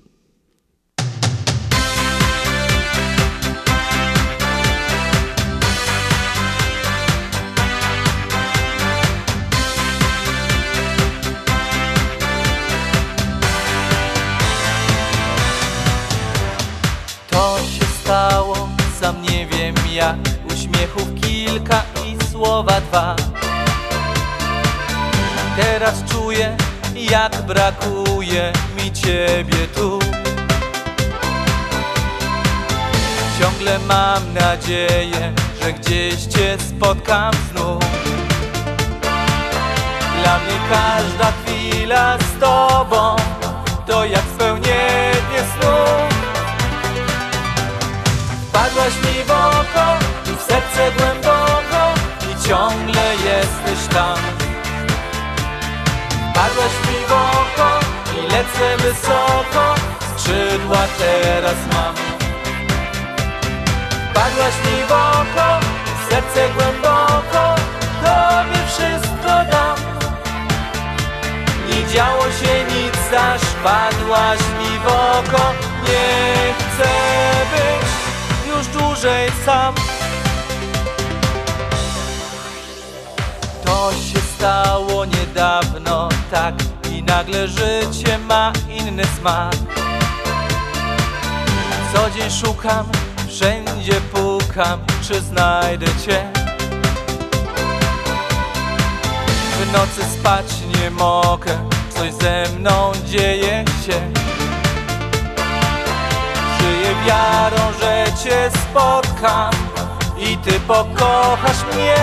To się stało, sam nie wiem jak. Uśmiechów kilka i słowa dwa. Teraz czuję, jak brakuje mi ciebie tu. Ciągle mam nadzieję, że gdzieś cię spotkam znów. Dla mnie każda chwila z tobą to jak spełnienie snów. Wpadłaś mi w oko i w serce głęboko i ciągle jesteś tam. Wpadłaś mi w oko i lecę wysoko, skrzydła teraz mam. Wpadłaś mi w oko i w serce głęboko, tobie wszystko dam. Nie działo się nic, aż wpadłaś mi w oko. Nie chcę być już dłużej sam. To się stało niedawno, tak, i nagle życie ma inny smak. Co dzień szukam, wszędzie pukam, czy znajdę cię. W nocy spać nie mogę, coś ze mną dzieje się. Żyję wiarą, że cię spotkam i ty pokochasz mnie.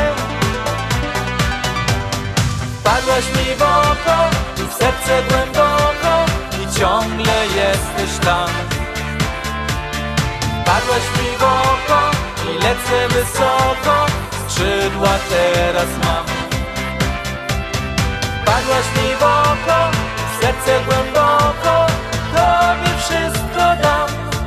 Wpadłaś mi w oko i w serce głęboko i ciągle jesteś tam. Wpadłaś mi w oko i lecę wysoko, skrzydła teraz mam. Wpadłaś mi w oko, w serce głęboko, tobie wszystko dam.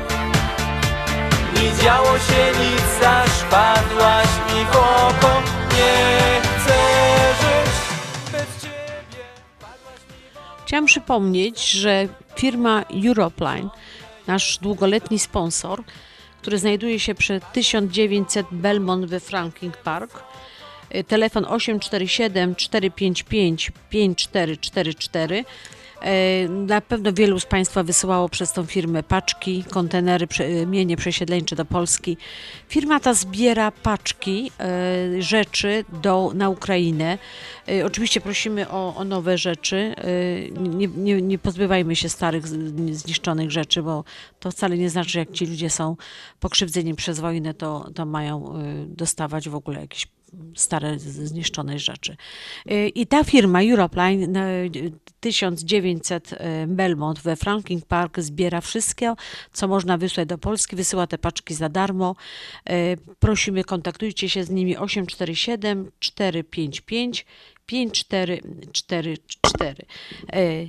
Nie działo się nic, aż wpadłaś mi w oko. Nie chcę żyć bez ciebie. Chciałam przypomnieć, że firma Europline, nasz długoletni sponsor, który znajduje się przy tysiąc dziewięćset Belmont we Franklin Park, telefon osiem cztery siedem, cztery pięć pięć, pięć cztery cztery cztery. Na pewno wielu z Państwa wysyłało przez tą firmę paczki, kontenery, mienie przesiedleńcze do Polski. Firma ta zbiera paczki rzeczy do, na Ukrainę. Oczywiście prosimy o, o nowe rzeczy. Nie, nie, nie pozbywajmy się starych, zniszczonych rzeczy, bo to wcale nie znaczy, że jak ci ludzie są pokrzywdzeni przez wojnę, to, to mają dostawać w ogóle jakieś stare, zniszczone rzeczy. I ta firma Europline tysiąc dziewięćset Belmont we Franklin Park zbiera wszystko, co można wysłać do Polski, wysyła te paczki za darmo. Prosimy, kontaktujcie się z nimi osiem cztery siedem, cztery pięć pięć, pięć cztery cztery cztery.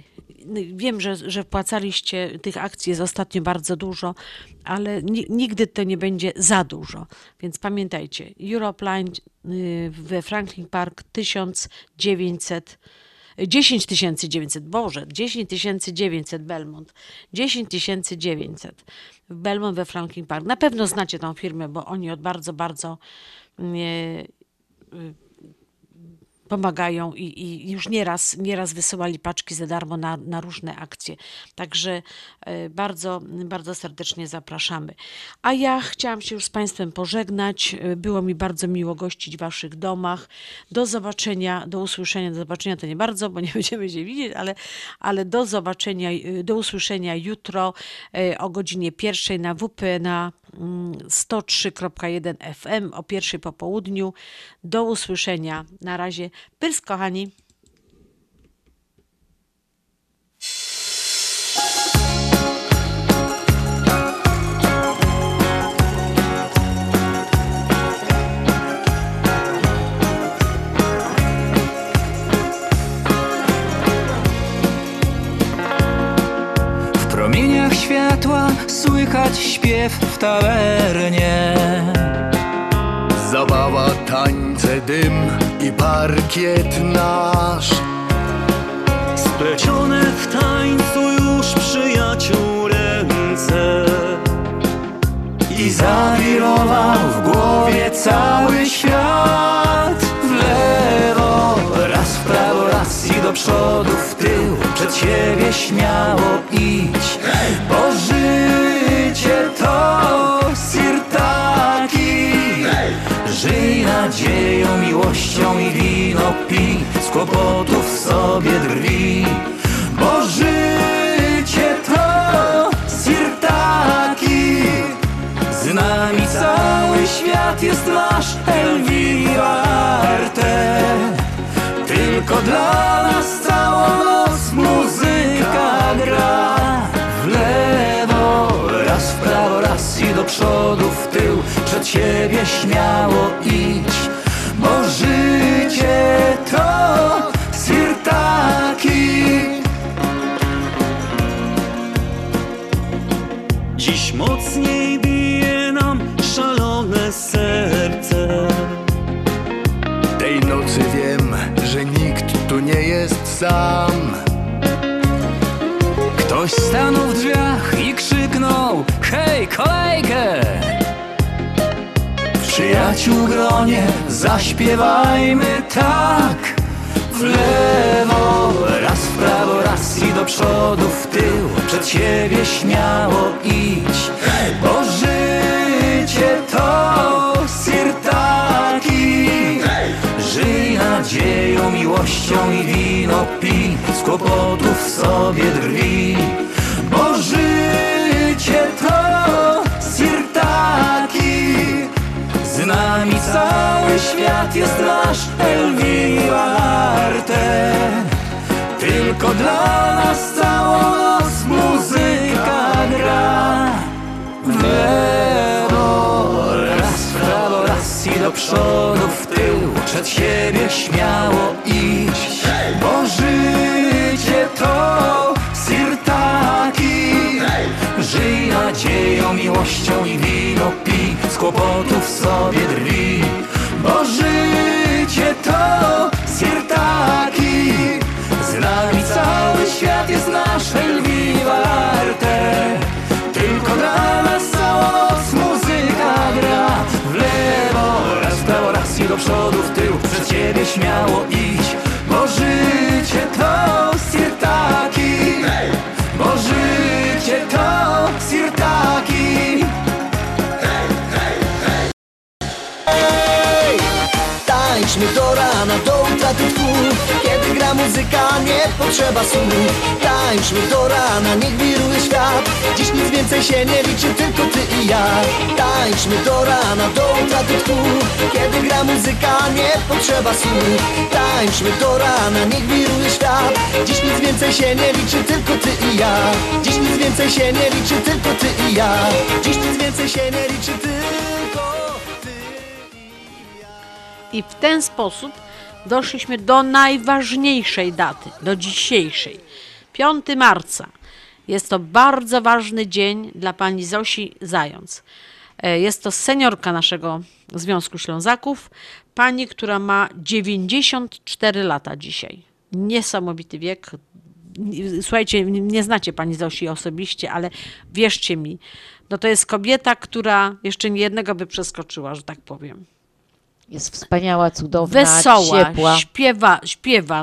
wiem, że, że wpłacaliście, tych akcji jest ostatnio bardzo dużo, ale ni, nigdy to nie będzie za dużo. Więc pamiętajcie, Europline y, we Franklin Park tysiąc dziewięćset, dziesięć tysięcy dziewięćset, Boże, dziesięć tysięcy dziewięćset Belmont, dziesięć tysięcy dziewięćset w Belmont we Franklin Park. Na pewno znacie tą firmę, bo oni od bardzo, bardzo nie, y, pomagają i, i już nieraz, nieraz wysyłali paczki za darmo na, na różne akcje. Także y, bardzo, bardzo serdecznie zapraszamy. A ja chciałam się już z Państwem pożegnać. Y, Było mi bardzo miło gościć w Waszych domach. Do zobaczenia, do usłyszenia. Do zobaczenia to nie bardzo, bo nie będziemy się widzieć, ale, ale do zobaczenia, y, do usłyszenia jutro y, o godzinie pierwszej na W P na sto trzy kropka jeden F M o pierwszej po południu. Do usłyszenia. Na razie. Pyrs, kochani. W promieniach światła słychać śpiew w tawernie. Zabawa, tańce, dym i parkiet nasz. Splecione w tańcu już przyjaciół ręce. I zawirował w głowie cały świat. W lewo, raz w prawo, raz i do przodu, w tył. Przed siebie śmiało idź, bo życie to sirtaki. Żyj nadzieją, miłością i wino pij, z kłopotów sobie drwi, bo życie to sirtaki. Z nami cały świat jest nasz, Elvira Arte. Tylko dla nas całą noc muzyka gra. W lewo, raz w prawo, raz i do przodu, w tył. Przed siebie śmiało idź, bo życie to sirtaki. Dziś mocniej bije nam szalone serce. Tej nocy wiem, że nikt tu nie jest sam. Ktoś stanął w drzwiach i krzyknął: hej, kolejkę! W przyjaciół gronie zaśpiewajmy tak. W lewo, raz w prawo, raz i do przodu, w tył. Przed siebie śmiało idź, bo życie to sirtaki. Żyj nadzieją, miłością i wino pij, z kłopotów sobie drwi, bo życie to sirtaki. Z nami cały świat jest nasz, Elvira Arte. Tylko dla nas całą noc muzyka gra. W lewo, raz w prawo, raz i do przodu, w tył. Przed siebie śmiało idź, bo życie to sirtaki. Żyj nadzieją, miłością i wino pij, z kłopotów sobie drwi, bo życie to sirtaki. Z nami cały świat jest nasz, Elvira Arte. Tylko dla nas całą noc muzyka gra. W lewo, raz w prawo, raz i do przodu, w tył. Przed siebie śmiało idź, bo życie to sirtaki. Bo życie to sirtaki. Tańczmy do rana, do utraty tchu. Kiedy gra muzyka, nie potrzeba słów. Tańczmy do rana, niech wiruje świat. Dziś nic więcej się nie liczy, tylko ty i ja. Tańczmy do rana, do utraty tchu. Kiedy gra muzyka, nie potrzeba słów. Tańczmy do rana, niech wiruje świat. Dziś nic więcej się nie liczy, tylko ty i ja. Dziś nic więcej się nie liczy, tylko ty i ja. Dziś nic więcej się nie liczy, tylko ty i ja. I w ten sposób doszliśmy do najważniejszej daty, do dzisiejszej. piątego marca. Jest to bardzo ważny dzień dla pani Zosi Zając. Jest to seniorka naszego Związku Ślązaków. Pani, która ma dziewięćdziesiąt cztery lata dzisiaj. Niesamowity wiek. Słuchajcie, nie znacie pani Zosi osobiście, ale wierzcie mi, no to jest kobieta, która jeszcze nie jednego by przeskoczyła, że tak powiem. Jest wspaniała, cudowna, Wesoła, ciepła. śpiewa, śpiewa.